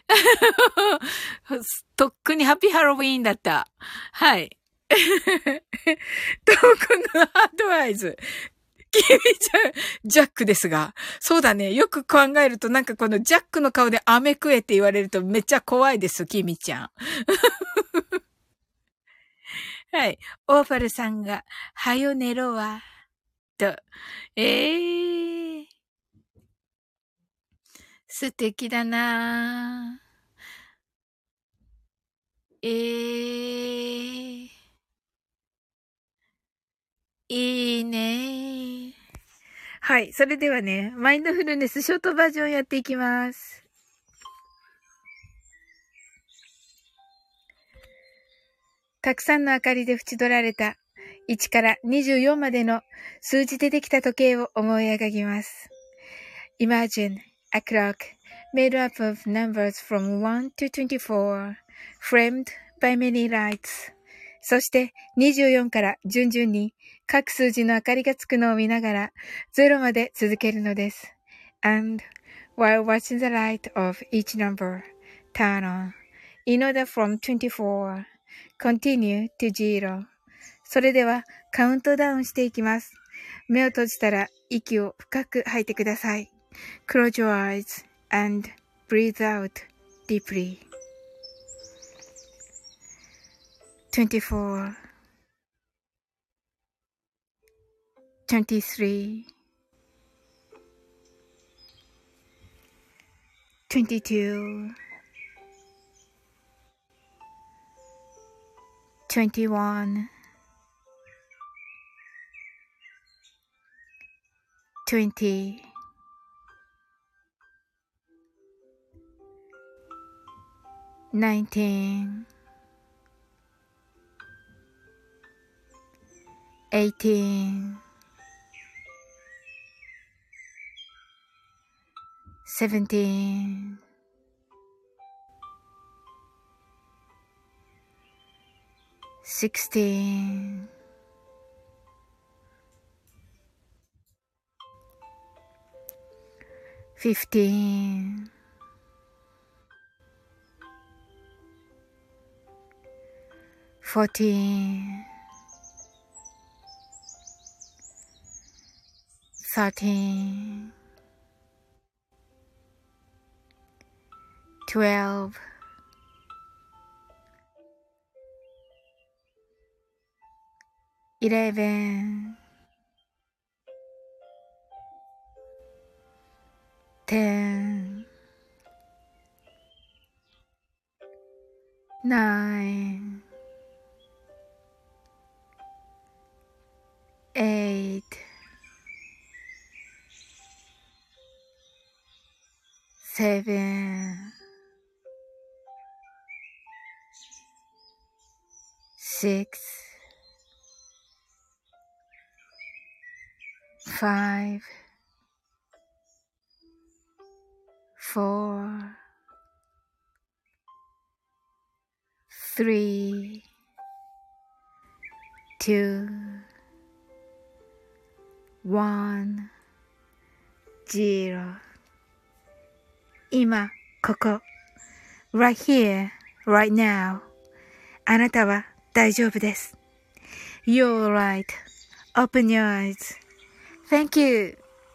とっくにハッピーハロウィーンだった。はい。トークのアドバイス。キミちゃん、ジャックですが。そうだね。よく考えるとなんかこのジャックの顔で飴食えって言われるとめっちゃ怖いです、キミちゃん。はい。オーファルさんが、はよ寝ろわ。と。素敵だなぁ。いいね。はい。それではね、マインドフルネスショートバージョンやっていきます。たくさんの明かりで縁取られた 1から24までの数字でできた時計を思い描きます。Imagine a clock made up of numbers from 1 to 24, framed by many lights. そして24から順々に各数字の明かりがつくのを見ながら0まで続けるのです。And while watching the light of each number turn on, in order from 24, continue to 0. それではカウントダウンしていきます。目を閉じたら息を深く吐いてください。Close your eyes and breathe out deeply. 24, 23, 22, 21, 20, 19, 18, 17, 16, 15, 14, 13, 12, 11, 10, 9, 8, 7, 6, 5, 4, 3, 2, 1, 0. 今、ここ。right here, right now. あなたは大丈夫です。You're right.Open your eyes. Thank you.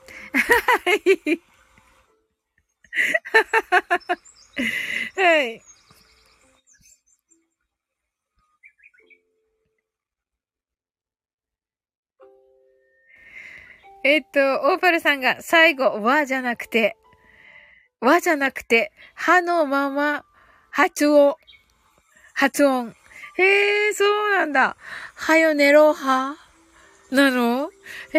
はい。オーパルさんが最後、和じゃなくて、歯のまま発音。へえ、そうなんだ。はよ寝ろはなの？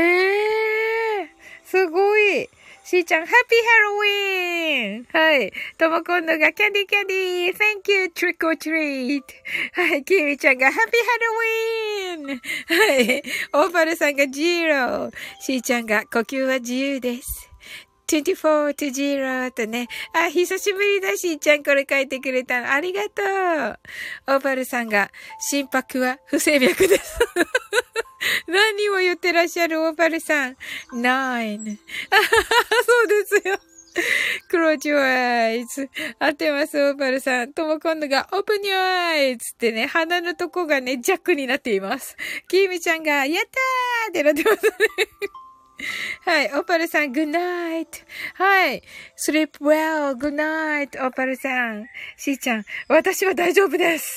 すごい。しーちゃん、ハッピーハロウィーン。はい。とも今度がキャンディー。Thank you, trick or treat. はい。きみちゃんがハッピーハロウィーン。はい。オーパルさんが0。しーちゃんが呼吸は自由です。24 to 0とね。あ、久しぶりだしーちゃんこれ書いてくれたの。ありがとう。オーパルさんが心拍は不整脈です。何を言ってらっしゃるオーパルさん。9。そうですよ。Close your eyes. 合ってます、オーパルさん。とも今度が Open your eyes ってね、鼻のとこがね、弱になっています。きーみちゃんが、やったーってなってますね。はい。オパルさん、good night. はい。sleep well. good night. オパルさん。しーちゃん、私は大丈夫です。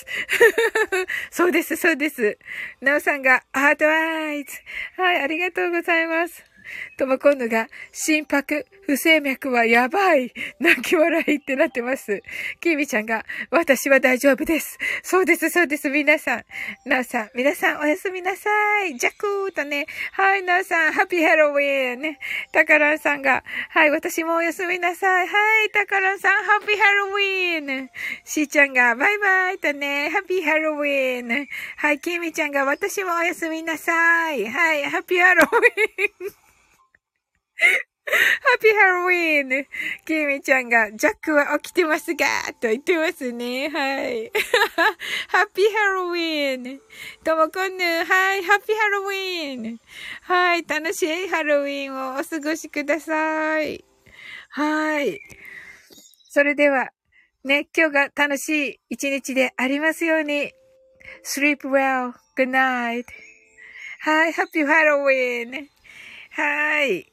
そうです。なおさんが、ハートアイズ。はい。ありがとうございます。 ともこんぬが、心拍、不整脈はやばい。泣き笑いってなってます。きみちゃんが、私は大丈夫です。そうです、そうです、皆さん。なおさん、皆さんおやすみなさい。ジャクーとね。はい、なおさん、ハッピーハロウィーン。ね。タカランさんが、はい、私もおやすみなさい。はい、タカランさん、ハッピーハロウィーン。しーちゃんが、バイバイとね。ハッピーハロウィーン。はい、きみちゃんが、私もおやすみなさい。はい、ハッピーハロウィーン。ハッピーハロウィーン。キミちゃんが、ジャックは起きてますが、と言ってますね。はい。ハッピーハロウィーン。ともこんぬ、はい、ハッピーハロウィーン。はい、楽しいハロウィーンをお過ごしください。はい。それでは、ね、今日が楽しい一日でありますように。Sleep well. Good night. はい、ハッピーハロウィーン。はい。